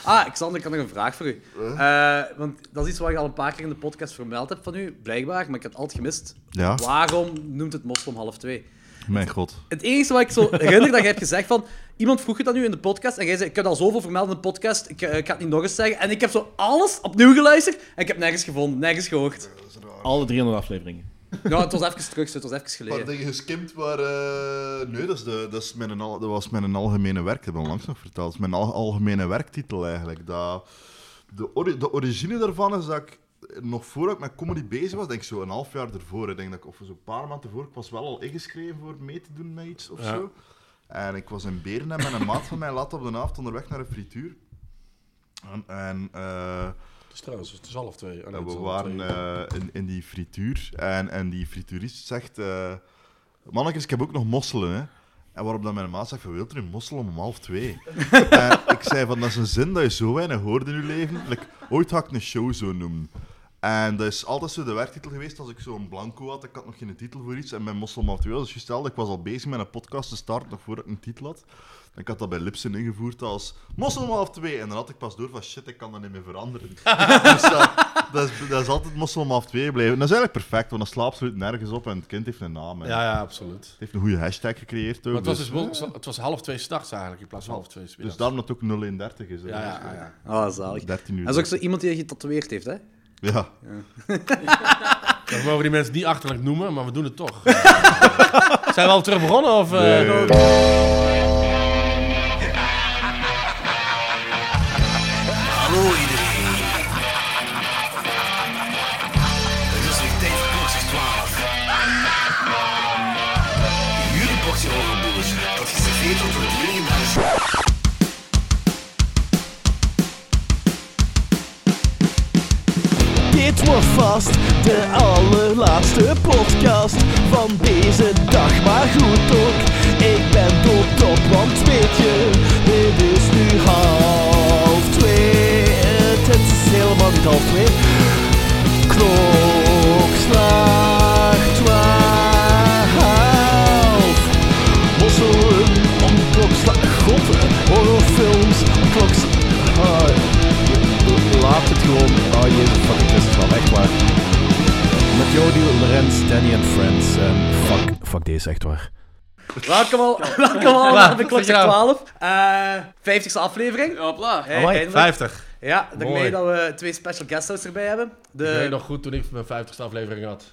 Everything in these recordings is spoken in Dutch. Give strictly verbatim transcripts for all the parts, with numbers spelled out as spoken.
Ah, Xander, ik had nog een vraag voor u. Uh, want dat is iets wat ik al een paar keer in de podcast vermeld heb van u, blijkbaar, maar ik heb het altijd gemist. Ja. Waarom noemt het Moslim half twee? Mijn god. Het enige wat ik zo herinner, dat jij hebt gezegd van... Iemand vroeg je dat nu in de podcast en jij zei, ik heb al zoveel vermeld in de podcast, ik, uh, ik ga het niet nog eens zeggen. En ik heb zo alles opnieuw geluisterd en ik heb nergens gevonden, nergens gehoord. Alle driehonderd afleveringen. Ja, het was even terug, het was even geleden. Maar dingen geskimd, maar... Uh, nee, dat, is de, dat, is mijn, dat was mijn algemene werk, dat heb ik onlangs nog verteld. Dat is mijn al, algemene werktitel eigenlijk. Dat, de, ori- de origine daarvan is dat ik... Nog voordat ik met comedy bezig was, denk ik zo een half jaar ervoor. Ik denk dat ik, of zo een paar maanden ervoor, ik was wel al ingeschreven voor mee te doen met iets of ja. zo. En ik was in Beren en met een maat van mij laat op de avond onderweg naar een frituur. En... en uh, het is trouwens, het is half twee. Oh, nee, we het is waren uh, in, in die frituur en, en die frituurist zegt... Uh, mannetjes, ik heb ook nog mosselen, hè. En waarop dan mijn maat zegt, van, wilt u een mossel om half twee? En ik zei van, dat is een zin dat je zo weinig hoort in je leven. Like, ooit ga ik een show zo noemen. En dat is altijd zo de werktitel geweest als ik zo'n blanco had. Ik had nog geen titel voor iets. En mijn mossel om half twee was dus gesteld. Ik was al bezig met een podcast te starten, nog voordat ik een titel had. En ik had dat bij Lipsen ingevoerd als mossel om half twee. En dan had ik pas door van, shit, ik kan dat niet meer veranderen. Dus dat, dat, is, dat is altijd mossel om half twee gebleven. En dat is eigenlijk perfect, want dat slaapt absoluut nergens op. En het kind heeft een naam. En ja, ja, absoluut. Het heeft een goede hashtag gecreëerd ook. Maar het, was dus, dus, ja. het was half twee starts eigenlijk, in plaats van half twee. Dus daarom dat het ook nul een dertig is. Hè. Ja, ja, ja. Ah, oh, zalig. dertien uur. Dat is ook zo iemand die je getatoeëerd heeft, hè? Ja. ja. We mogen die mensen niet achterlijk noemen, maar we doen het toch. Zijn we al terug begonnen? Of, uh, nee. Hallo iedereen. Het is weer tijd voor klokslag twaalf. Jullie portie overboers, dat geserveerd wordt door het legendarische... Dit wordt vast de allerlaatste podcast van deze dag, maar goed ook. Ik ben dol op, want weet je, dit is nu half twee. Het is helemaal niet half twee. Klokslag twaalf. Mosselen om klokslag. God, horrorfilms om klokslag. Ah, laat het gewoon. Oh jezus, fucking Christus, wel echt waar. Met Jody, Lorenz, Danny en Friends. Um, fuck, fuck deze, echt waar. Welkom al, welkom al naar de Klokslag twaalf. Uh, vijftigste aflevering. Hopla. Hey, eindelijk. vijftig. Ja, daarmee dat we twee special guest hosts erbij hebben. De... Ik weet nog goed toen ik mijn vijftigste aflevering had.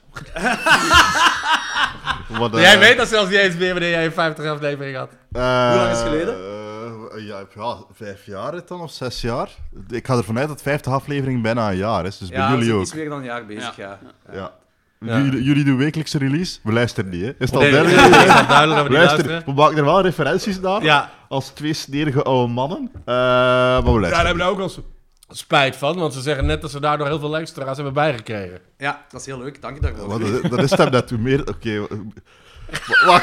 Wat, uh... Jij weet dat zelfs niet eens meer wanneer jij een vijftigste aflevering had. Uh, Hoe lang is het geleden? Uh, ja, ja, vijf jaar het dan, of zes jaar. Ik ga ervan uit dat vijftig afleveringen bijna een jaar is, dus ja, bij jullie ook. Ja, is meer dan een jaar bezig, ja. ja. ja. ja. Jullie, jullie doen wekelijkse release? We luisteren niet, hè? Is dat nee, duidelijk? Nee, is dat duidelijk dat we niet luisteren? We maken er wel referenties naar, ja. als twee snerige oude mannen. Uh, maar we luisteren. Ja, daar hebben we ook al spijt van, want ze zeggen net dat ze daardoor heel veel luisteraars hebben bijgekregen. Ja, dat is heel leuk, dank je daarvoor. Ja, dat, dat is hem dat toen meer... Oké, okay, wacht.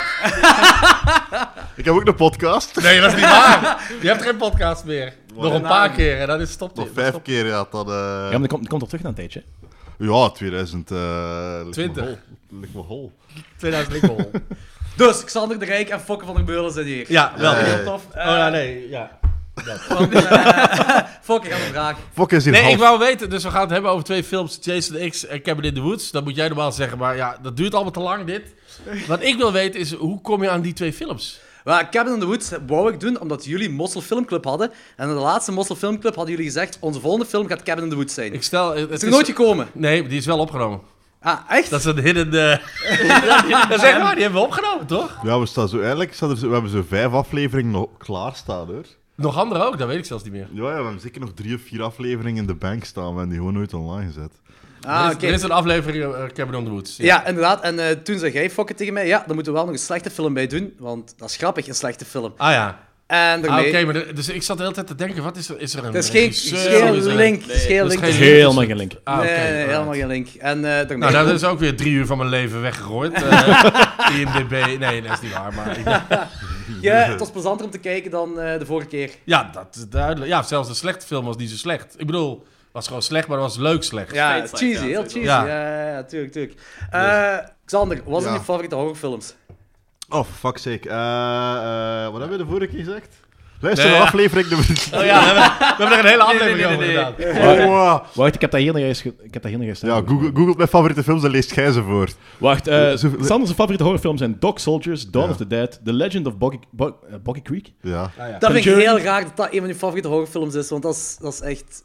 Ik heb ook een podcast. Nee, dat is niet waar. Je hebt geen podcast meer. Nog een paar keer en dan is het stopt. Nog vijf keer, ja. Dat, uh... Ja, maar die komt, die komt al terug na een tijdje. Ja, twintig twintig. Lik me hol. twintig lik me hol. Dus, Xander de Rijk en Fokke van der Beulen zijn hier. Ja, wel. Heel Nee. tof. Uh, oh ja, nee, ja. Want, uh, Fokke, gaat een vraag. Fokke is hier Nee, half. ik wou weten, dus we gaan het hebben over twee films, Jason X en Cabin in the Woods. Dat moet jij normaal zeggen, maar ja, dat duurt allemaal te lang, dit. Wat ik wil weten is, hoe kom je aan die twee films? Well, Cabin in the Woods wou ik doen, omdat jullie Mossel Filmclub hadden. En in de laatste Mossel Filmclub hadden jullie gezegd, onze volgende film gaat Cabin in the Woods zijn. Ik stel, het is er nooit gekomen? Nee, die is wel opgenomen. Ah, echt? Dat is een hidden... Uh... dat zeg maar, die hebben we opgenomen, toch? Ja, we staan zo... Eigenlijk staan er zo, we hebben zo vijf afleveringen nog klaarstaan, hoor. Nog andere ook? Dat weet ik zelfs niet meer. Ja, ja, we hebben zeker nog drie of vier afleveringen in de bank staan. We hebben die gewoon nooit online gezet. Ah, er, is, okay. er is een aflevering uh, Cabin in the Woods. Ja, ja inderdaad. En uh, toen zei jij, Fokke, tegen mij... Ja, daar moeten we wel nog een slechte film bij doen. Want dat is grappig, een slechte film. Ah ja. En daarmee... Ah, oké, okay, maar de, dus ik zat de hele tijd te denken, wat is er? Is er een Dat is geen, geen link. Nee, geen link. Geen helemaal geen link. Ah, okay, nee, nee, helemaal geen link. En, uh, daarmee... Nou, dat is ook weer drie uur van mijn leven weggegooid. Uh, I M D B, nee, dat is niet waar, maar... Ja, het was plezanter om te kijken dan uh, de vorige keer. Ja, dat is duidelijk. Ja, zelfs de slechte film was niet zo slecht. Ik bedoel, het was gewoon slecht, maar het was leuk slecht. Ja, cheesy, ja, heel cheesy. Ja, ja, ja tuurlijk, tuurlijk. Uh, Xander, wat zijn ja. je favoriete horrorfilms? Oh, fuck sake. Uh, uh, wat hebben we de vorige keer gezegd? Luister Nee, de ja. aflevering nummer... Oh ja, we hebben, we hebben er een hele aflevering nee, nee, nee, over nee. gedaan. Oh, wow. Wacht, ik heb dat hier nog eens, ge- ik heb dat hier nog eens Ja, staan. Google, Google mijn favoriete films en leest jij ze voor. Wacht, eh Zo- Sanders' favoriete horrorfilms zijn Dog Soldiers, Dawn Ja. of the Dead, The Legend of Boggy, Bo- eh, Boggy Creek. Ja. Ah, ja. Dat vind ik Conjuring. heel raar dat dat een van je favoriete horrorfilms is, want dat is, dat is echt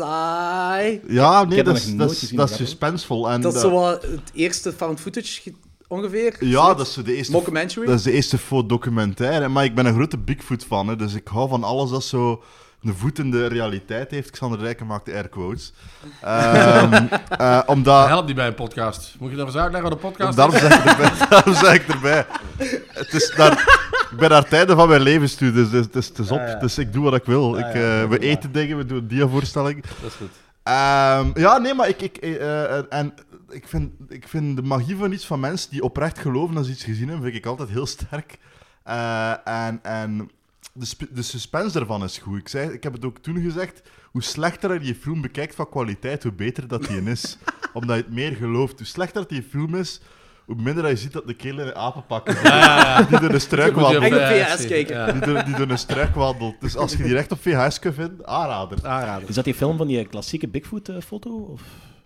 saai. Ja, nee, heb dat dat is, nog dat nooit is, gezien, dat is dat wel. suspensevol. En Dat is dat- zo wat het eerste found footage ge- ongeveer. Ja, dat is zo de eerste... Mockumentary. Dat is de eerste fotodocumentaire. Maar ik ben een grote Bigfoot-fan, hè, dus ik hou van alles dat zo een voet in de realiteit heeft. Xander Rijken maakt air quotes. Ehm, eh, omdat... Help niet bij een podcast. Moet je dat eens uitleggen wat een podcast Daarom is? zeg ik erbij. Daarom zeg ik erbij. Het is daar, ik ben daar tijden van mijn leven toe, dus het is, het is op. Ah, ja. Dus ik doe wat ik wil. Ah, ik, ja, eh, we ja. eten dingen, we doen een diavoorstelling. Dat is goed. Ehm, ja, nee, maar ik, ik, eh, eh, en ik, vind, ik vind de magie van iets van mensen die oprecht geloven dat ze iets gezien hebben, vind ik altijd heel sterk. Eh, en en de, sp- de suspense ervan is goed. Ik, zei, ik heb het ook toen gezegd, hoe slechter je die film bekijkt van kwaliteit, hoe beter dat die is. Omdat je het meer gelooft. Hoe slechter dat die film is, hoe minder dat je ziet dat de kerel in een apenpak is. Ja, ja, ja. Die door een struik Moet je op, wandelt. Echt op eh, V H S zien. kijken. Ja. Die door, die door een struik wandelt. Dus als je die recht op V H S kunt vinden, aanrader. Aanraden. Is dat die film van die klassieke Bigfoot-foto? Of...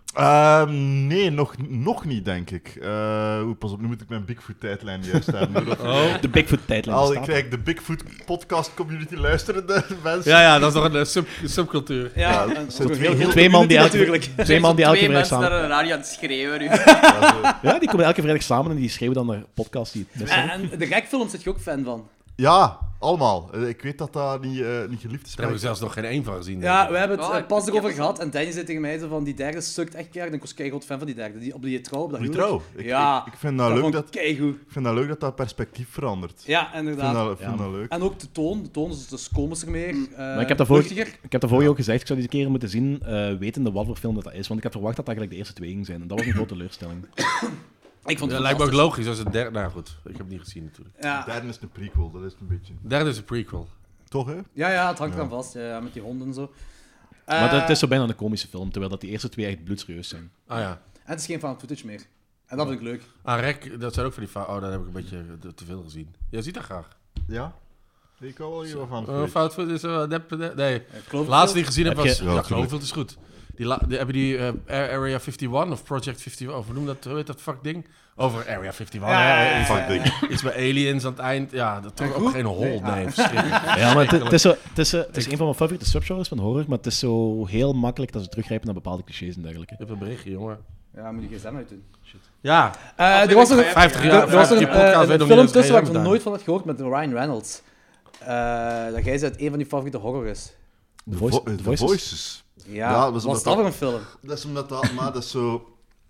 Ehm, nee, nog, nog niet, denk ik. Eh, oeh, pas op, nu moet ik mijn Bigfoot-tijdlijn juist hebben. hoor. Oh. De Bigfoot-tijdlijn Al ik bestaat. krijg de Bigfoot-podcast-community luisterende mensen. Ja, ja, dat is nog een eh, sub, subcultuur. Ja, Ja, en het zijn ook twee- heel- heel Twee man die elke, natuurlijk. twee man die elke Twee vrijdag mensen samen... naar een radio aan het schreeuwen nu. Ja, zo. Ja, die komen elke vrijdag samen en die schreeuwen dan naar podcasts die het missen. En, en de gekfilms zit je ook fan van. Ja, allemaal. Eh, Ik weet dat dat niet, eh, niet geliefd is. Daar hebben we zelfs nog geen één van gezien. Ja, we hebben het Oh, eh, ik- pas ik erover heb- gehad en Danny zei tegen mij zo van die derde sukt echt keihard. En ik was keigoed fan van die derde. Die, op die trouw, op dat Die huwelijk. trouw. Ik, Ja, ik, ik vind dat dat leuk vond dat, ik keigoed. ik vind dat leuk dat dat perspectief verandert. Ja, Ik vind inderdaad. dat, ik vind Ja. dat leuk. En ook de toon. De toon is dus komischer meer. eh, Maar ik heb daarvoor, luchtiger. ik heb daarvoor je ook gezegd, ik zou die keer moeten zien, eh wetende wat voor film dat is. Want ik heb verwacht dat dat eigenlijk de eerste twee ging zijn. En dat was een grote teleurstelling. Ik vond Dat het lijkt me ook fantastisch. logisch als het derde... Nou goed, ik heb het niet gezien natuurlijk. De Ja. derde is een prequel, dat is een beetje... De derde is een prequel. Toch, hè? Ja, ja, het hangt Ja. eraan vast. Ja, ja, met die honden en zo. maar Eh, het is zo bijna een komische film, terwijl dat die eerste twee echt bloedserieus zijn. Ah ja. En het is geen found footage meer. En dat vind ik leuk. Ah, Rek, dat zijn ook van die... fa- Oh, daar heb ik een beetje te- te veel gezien. Jij ziet dat graag. Ja. Ik hou wel hier wat van. Uh, fout is uh, nep, nep- nee. Ik geloof Laatste die ik gezien heb Heb was... je- Ja, Ja, natuurlijk. Cloverfield is goed. Die, la, die hebben die uh, Area eenenvijftig of Project eenenvijftig, of hoe noem dat, hoe heet dat fuck ding? Over Area eenenvijftig. Ja, ja, ja, iets, Fuck ding. iets met aliens aan het eind. Ja, dat is ook geen hol. Nee, Ah. verschrikkelijk. Ja, maar het, het is, zo, het is, eh, het is een van mijn favoriete subgenres van horror, maar het is zo heel makkelijk dat ze teruggrijpen naar bepaalde clichés en dergelijke. Je hebt een berichtje, jongen. Ja, moet je gsm uit doen. Ja, Eh er was nog een, vijftig er, jaar. er was nog een, vijftig podcast, eh, weet een nog film niet dat tussen waar ik het nog gedaan. nooit van had gehoord met Ryan Reynolds. Eh, dat jij zei dat een van die favoriete horror is. The Voice- Vo- The The Voices? Voices. Ja, Ja, dat wat was is omdat dat dat- voor een film? Dat is omdat dat, maar dat is zo...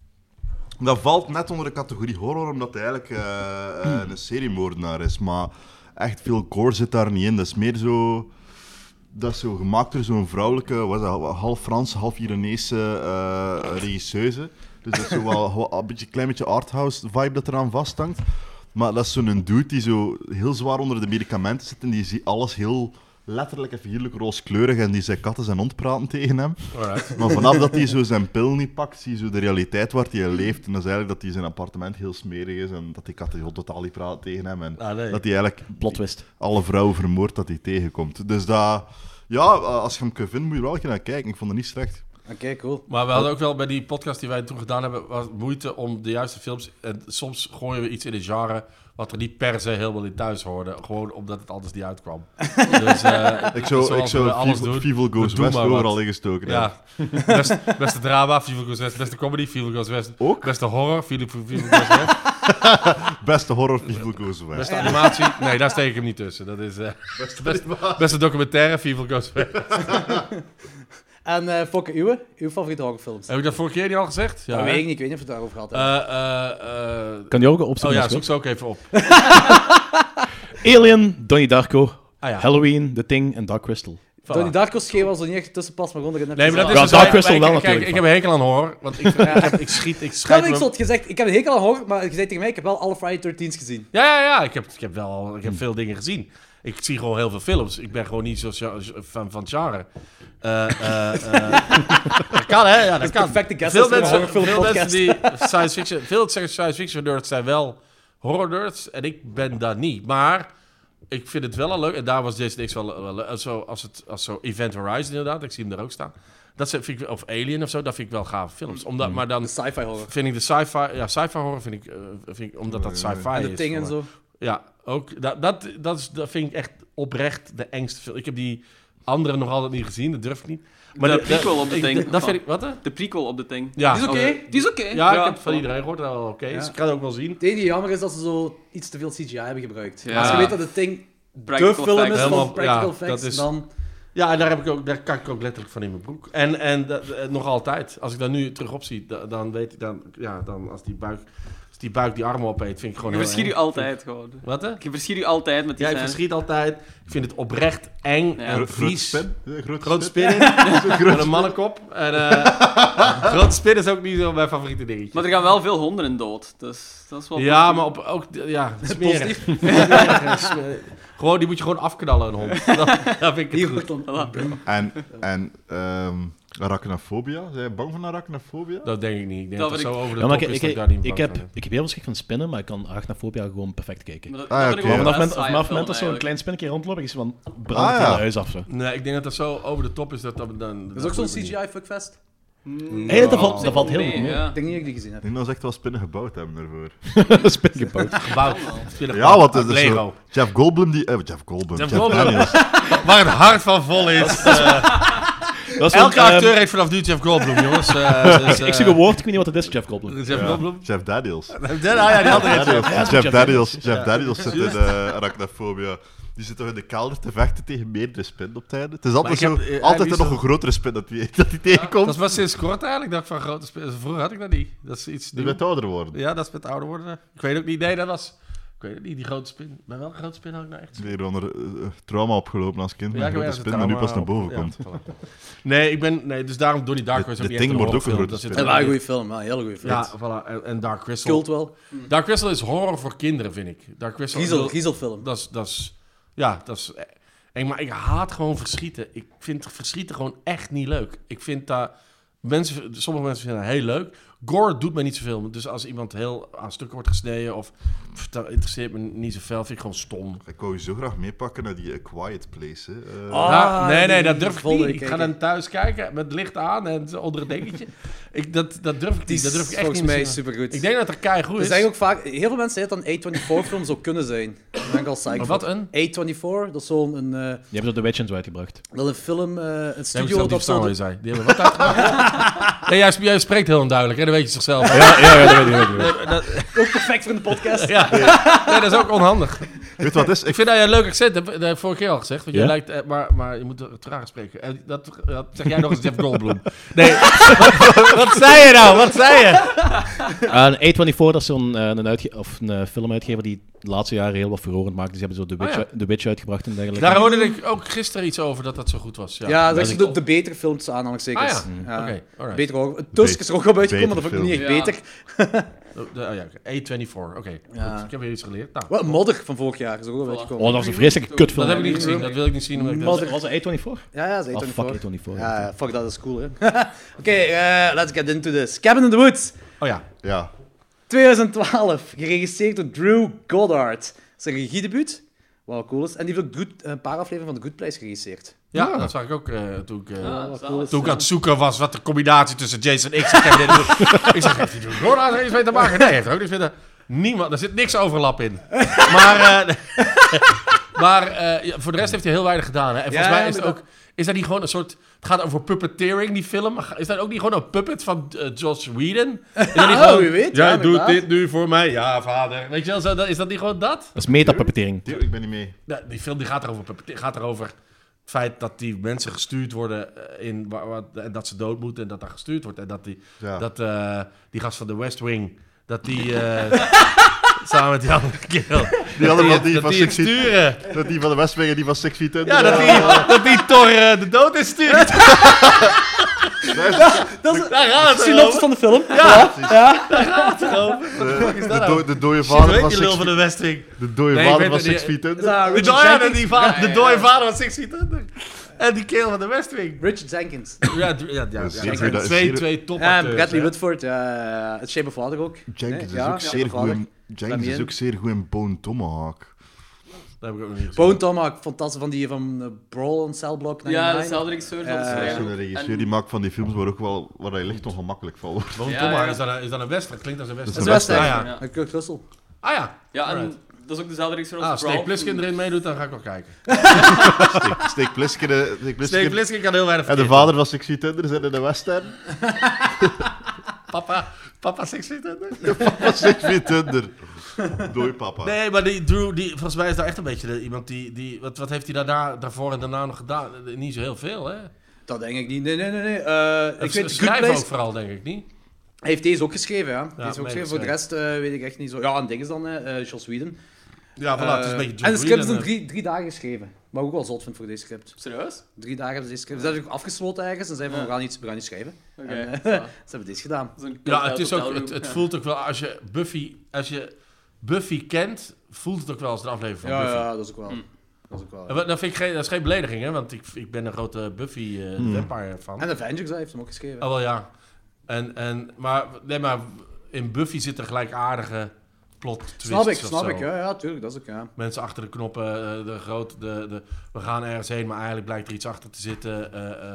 Dat valt net onder de categorie horror, omdat hij eigenlijk eh, eh, een seriemoordenaar is. Maar echt veel gore zit daar niet in. Dat is meer zo... Dat is zo gemaakt door zo'n vrouwelijke, wat is dat, half Franse, half Iranese eh regisseuse. Dus dat is zo wel, wel een beetje, klein beetje arthouse vibe dat eraan vasthangt. Maar dat is zo'n dude die zo heel zwaar onder de medicamenten zit en die ziet alles heel letterlijk en figuurlijk rooskleurig en die zijn katten zijn hond praten tegen hem. Alright. Maar vanaf dat hij zo zijn pil niet pakt, zie je zo de realiteit waar hij leeft. En dat is eigenlijk dat hij zijn appartement heel smerig is en dat die katten heel totaal niet praten tegen hem. En Ah, nee. dat hij eigenlijk Plot twist. alle vrouwen vermoordt dat hij tegenkomt. Dus dat... Ja, als je hem kunt vinden, moet je er wel een keer naar kijken. Ik vond het niet slecht. Oké, cool. Maar we hadden ook wel bij die podcast die wij toen gedaan hebben, was moeite om de juiste films. En soms gooien we iets in een genre wat er niet per se helemaal in thuis hoorde. Gewoon omdat het anders niet uitkwam. Dus, eh, Ik zou, ik zoals zou we alles Fievel, doen. Fievel Goes We doen West maar wat. overal ingestoken hebben. Ja, best, beste drama, Fievel Goes West. Beste comedy, Fievel Goes West. Ook? Beste horror, Fievel Fievel Goes West. Beste horror, Fievel Goes West. Beste animatie, nee, daar steek ik hem niet tussen. Dat is, eh, beste, beste documentaire, Fievel Goes West. En uh, Fokke, uw, uw favoriete horrorfilms? Heb ik dat vorige keer niet al gezegd? dat hè? weet ik niet, ik weet niet of we het daarover gehad hebben. Eh, eh, eh, Kan die ook opzoeken? oh ja, als zoek je ze ook even op. wilt? Alien, Donnie Darko, Ah ja. Halloween, The Thing en Dark Crystal. Voilà. Donnie Darko schreef wel zo niet echt tussen pas, maar gewoon dat ik het Nee, net maar dat Ja, is Dark dus... Crystal kijk, wel kijk, natuurlijk. Ik heb een hekel aan horror, want ik, ik, heb, ik schiet, ik Kan scheid ik me... zot gezegd, ik heb een hekel aan horror, maar je zei tegen mij, ik heb wel alle Friday dertien's gezien. Ja, ja, ja, ik heb, ik heb wel ik heb veel dingen gezien. Ik zie gewoon heel veel films. Ik ben gewoon niet zo ja, fan van het genre. Eh, eh, eh, dat kan, hè? Ja, dat, is kan. perfecte guest Veel voor een mensen, horrorfilm veel mensen podcast. die science fiction... Veel zeggen science fiction nerds zijn wel horror nerds. En ik ben dat niet. Maar ik vind het wel al leuk. En daar was Jason X wel, wel leuk. Zo, als, het, als zo Event Horizon inderdaad. Ik zie hem daar ook staan. Dat vind ik, of Alien of zo. Dat vind ik wel gaaf films. Omdat, Mm. Maar dan De sci-fi horror. vind ik de sci-fi... Ja, sci-fi horror vind ik... Uh, vind ik omdat dat sci-fi En is. de Thing en voor mij. zo. Ja, ook. Dat, dat, dat, is, dat vind ik echt oprecht de engste film. Ik heb die andere nog altijd niet gezien. Dat durf ik niet. Maar De prequel op de ik- Thing. Dat vind ik... Wat? hè? De prequel op de Thing. Ja, Die is oké. oh, Die is oké. Ja, ik heb van voilà. iedereen gehoord dat wel oké is. Ja. Ik kan het ook wel zien. Het enige jammer is dat ze zo iets te veel C G I hebben gebruikt. Ja. Als je weet dat het ding de Practical film effects. is van Helemaal- practical ja, effects, dat is- dan... Ja, en daar, heb ik ook, daar kan ik ook letterlijk van in mijn broek. En, en dat, eh, nog altijd. Als ik daar nu terug op zie, da- dan weet ik dan... Ja, dan als die buik... Als die buik die armen opeet, vind ik gewoon Je heel verschiet eng. u altijd gewoon. Wat, hè? Je verschiet u altijd met die Ja, ik scène. verschiet altijd. Ik vind het oprecht eng Ja. en Gro- grote vies. spin. Ja, grote Grote spin. spin in. Met een mannenkop. En eh grote spin is ook niet zo mijn favoriete dingetje. Maar er gaan wel veel honden in dood. Dus dat is wel Ja, positief. maar op, ook... Ja, smerig. Smerig en smerig. Gewoon, die moet je gewoon afknallen, een hond. Dat, dat vind ik Hier het goed. wordt dan... En, en um, arachnofobia? Zijn je bang van arachnofobia? Dat denk ik niet. Ik denk Dat dat, het vind zo over de Ja, maar top ik, is ik, dat ik ik, daar niet ik, bang heb, van ben. ik heb heel veel schrik van spinnen, maar ik kan arachnofobia gewoon perfect kijken. Maar dat- Ah, dat ja, vind ik oké. wel Vanaf een het moment, saaie vanaf het moment dat film zo'n eigenlijk. klein spinnetje rondloopt, is van brand Ah, het ja. hele huis af. Zo. Nee, ik denk dat dat zo over de top is dat dat dan... Dat is ook zo'n C G I-fuckfest. Hey, dat valt, dat valt heel mee, goed mee. ja. Ik denk niet dat ik die gezien heb. Ik denk dat ze echt wel spinnen gebouwd hebben daarvoor. Spin gebouwd. gebouwd. Ja, wat is er Lego. zo? Jeff Goldblum die... eh, Jeff Goldblum. Jeff Jeff, Goldblum. Daniels. Waar het hart van vol is. Dat is Elke zo'n, acteur ehm, heeft vanaf nu Jeff Goldblum, jongens. Uh, dus, uh, ik zie een woord, ik weet niet wat het is, Jeff Goldblum. Jeff Ja, Goldblum. Jeff Daniels. Ah ja, die andere. Daniels. Ja, dat is Jeff Jeff Daniels. Daniels. Jeff Daniels zit in uh, arachnofobia. Die zit toch in de kelder te vechten tegen meerdere spinnen op het einde. Het is altijd, Maar ik zo, heb, eh, altijd hij er is nog zo- een grotere spin dat die, dat die tegenkomt. Dat is maar sinds kort eigenlijk dat ik van grote spelers... Vroeger had ik dat niet. Dat is iets Die nieuws. met ouder worden. Ja, dat is met ouder worden. Ik weet ook niet. Nee, dat was... Ik weet het niet, die grote spin. Bij welke grote spin had ik nou echt? Weer onder uh, trauma opgelopen als kind met Ja, een ik heb grote ergens spin, een maar nu pas naar trauma boven op- komt. ja, voilà. Nee, ik ben... Nee, dus daarom door die Dark De- Crystal... de ook niet Thing echt wordt ook een horrorfilm. grote Dat spin. Het zit was een er- goede film, ja, een hele goede film. Ja, voilà. En, en Dark Crystal... Cult wel. Dark Crystal is horror voor kinderen, vind ik. Dark Crystal... Griezel, griezelfilm. Dat is... Dat is ja, dat is... Eng, maar ik haat gewoon verschieten. Ik vind verschieten gewoon echt niet leuk. Ik vind dat... Mensen, sommige mensen vinden dat heel leuk. Gore doet mij niet zoveel. Dus als iemand heel aan stukken wordt gesneden of pff, dat interesseert me niet zoveel, vind ik gewoon stom. Ik wou je zo graag meepakken naar die A Quiet Place. Hè. Uh, Ah, Ja, nee, nee, die dat durf ik volgende niet. Ik ga kijken. dan thuis kijken met licht aan en zo onder een dekentje. Ik, dat, dat durf ik Die niet. Dat durf ik is echt volgens niet. mij meer. supergoed. Ik denk dat er keigoed Er is. zijn ook vaak... Heel veel mensen zeggen dat een A vierentwintig film zou kunnen zijn. Daar ben ik al psyched Maar wat voor. een? A vierentwintig, dat is zo'n... Een, eh, Die hebben zo The Witch en zo uitgebracht. wel een film, eh, een Nee, studio ik snap dat niet wat zo... je zei. Die hebben wat uitgebracht. Nee, jij, jij spreekt heel onduidelijk, hè? Dat weet je zichzelf. Ja, ja, ja, dat weet ik. Dat weet ik. Nee, dat, Ook perfect voor de podcast. ja. Nee, dat is ook onhandig. Weet je wat het is? Ik Ik, vind dat je een leuk accent hebt. Dat heb ik vorige keer al gezegd. Want Ja? je lijkt, eh, maar, maar je moet er traag spreken. En dat, dat zeg jij nog eens Jeff Goldblum. Nee, wat, wat zei je nou? Wat zei je? Uh, A vierentwintig, dat is zo'n eh, een, uitge- of een uh, filmuitgever die de laatste jaren heel wat verorend maakt. Dus die hebben zo The Witch, Oh, ja. The Witch uitgebracht en dergelijke. Daar hoorde ik ook gisteren iets over dat dat zo goed was. Ja, Ja, dat dat is is de, de betere film tussen aanhalingstekens. Ah ja, Ja. oké. alright. Beter horror. Tusk is er ook al uitgekomen, dat Betere vond ik niet echt film. beter. Oh, de- oh ja, A vierentwintig, oké. Ja. Goed, ik heb weer iets geleerd. Nou, Wat, Modder van vorig jaar is er ook al uitgekomen. Oh, dat was een vreselijke kutfilm. dat heb ik niet gezien. Dat wil ik niet zien. Omdat ik dat... Modder. Was het A vierentwintig? Ja, ja, dat is Oh, A fuck vierentwintig. A vierentwintig. Ja, ja, fuck, dat is cool, hè. Oké, eh, let's get into this. Cabin in the Woods, Oh ja. ja, twintig twaalf, geregisseerd door Drew Goddard. Dat is een regiedebuut, wat cool is. En die heeft ook good, een paar afleveringen van The Good Place geregisseerd. Ja, dat zag ik ook uh, toen ik... Uh, Ja, wat zalig. cool is. Toen ik aan het zoeken was wat de combinatie tussen Jason X en Kevin Bacon. Ik zeg, heeft hij Goddard er iets mee te maken? Nee, heeft er ook niks mee te... Niemand, er zit niks overlap in. Maar, uh, maar uh, ja, voor de rest heeft hij heel weinig gedaan. Hè. En volgens Ja, mij is het inderdaad. ook... Is dat niet gewoon een soort... Het gaat over puppeteering, die film. Is dat ook niet gewoon een puppet van uh, Joss Whedon? Is dat niet Oh, wie weet, ja, Jij doet inderdaad. dit nu voor mij. Ja, vader. Weet je wel, zo, dat- is dat niet gewoon dat? Dat is metapuppetering. tuurlijk, ik ben niet mee. Ja, die film die gaat erover, puppete- gaat erover het feit dat die mensen gestuurd worden uh, in, waar, waar- en dat ze dood moeten en dat daar gestuurd wordt. En dat die, Ja. dat, uh, die gast van de West Wing, dat die uh, samen met die andere kerel, Die dat andere die, van die dat van die het Six Feet- sturen. Dat die van de Westwing en die van Six Feet Under. Ja, dat die, dat die Thor uh, de dood instuurt. Dat is Daar gaat het synopsis over. van de film. Ja, Ja. daar gaat het over. De, is de, dat do- nou? de dode Shit, vader weet van je Six lul van de Feet West Wing. De dode Nee, ik vader weet van het Six niet. Feet Is Under. dat De, Richard do- ja, Jenkins? die va- Ja, ja, de ja. dode vader van Six Feet Under. En die kerel van de West Wing. Richard Jenkins. Ja, d- ja, ja, ja, Dat is dat zeer zijn goed, dat is twee, zeer- twee Ja, topacteurs. Bradley hè. Whitford. Ja, het Shape of Water ook. Jenkins Nee, is ja, ook ja, zeer vader. goed in, Jenkins is Damien. ook zeer goed in Bone Tomahawk. Dat heb ik ook nog niet gezien. Bone Tomahawk, fantastisch, van die van uh, Brawl on Cell Block Ja, negenennegentig. dezelfde regisseur. Ja, zoals ja, Dat is Schrijver. een regisseur En- die maakt van die films waar, ook wel, waar je licht ongemakkelijk van wordt. Bone Ja, Tomahawk, ja. is dat een, is dat een western? Klinkt als een Dat western. is Dat is een best western. echt. Ah, ja. Kurt Russell. Ah ja. Ja, en Alright. dat is ook dezelfde regisseur als Ah, Snake Brawl. Plissken erin meedoet, dan ga ik wel kijken. Steek, steek Plissken, eh, Steek Snake Plissken Plissken kan heel weinig en de vergeten. vader van Six Feet Under zijn in de western. Papa, papa Six Feet Under? Papa Six Feet Under. Doei papa. Nee, maar die Drew, die, volgens mij is daar echt een beetje de, iemand die... die wat, wat heeft hij daarna, daarvoor en daarna nog gedaan? Niet zo heel veel, hè? Dat denk ik niet. Nee, nee, nee. nee. Uh, ik weet, Good Schrijven Place, ook vooral, denk ik, niet? hij heeft deze ook geschreven, ja. Deze ook nee, geschreven. Voor de rest uh, weet ik echt niet zo. Ja, een ding is dan uh, Joss Whedon. Ja, voilà, het is een beetje Uh, Joss en de script is Whedon, in drie, drie dagen geschreven. Wat ik ook wel zot vind voor deze script. Serieus? Drie dagen hebben ze deze script. Ze hebben ook afgesloten ergens en zeiden van, Ja. we gaan iets, we gaan iets schrijven. Oké. En, uh, ja. ze hebben deze gedaan. Zo'n Ja, het, is hotel ook, room, het, het ja. voelt ook wel, als je Buffy, als je Buffy kent, voelt het ook wel als een aflevering van Ja, Buffy. ja, dat is ook wel. Hm. Dat is ook wel. En wat- Dat, vind ik geen, dat is geen belediging, hè? Want ik, ik ben een grote Buffy uh, Hmm. vampire fan. En Avengers, hij heeft hem ook geschreven. Oh, wel ja. En, en, maar, nee, maar in Buffy zit er gelijkaardige plot twists snap ik, of snap zo. ik. Ja, ja, tuurlijk, dat is ook, ja. Mensen achter de knoppen, eh, de groot, de, de, we gaan ergens heen, maar eigenlijk blijkt er iets achter te zitten. eh, eh.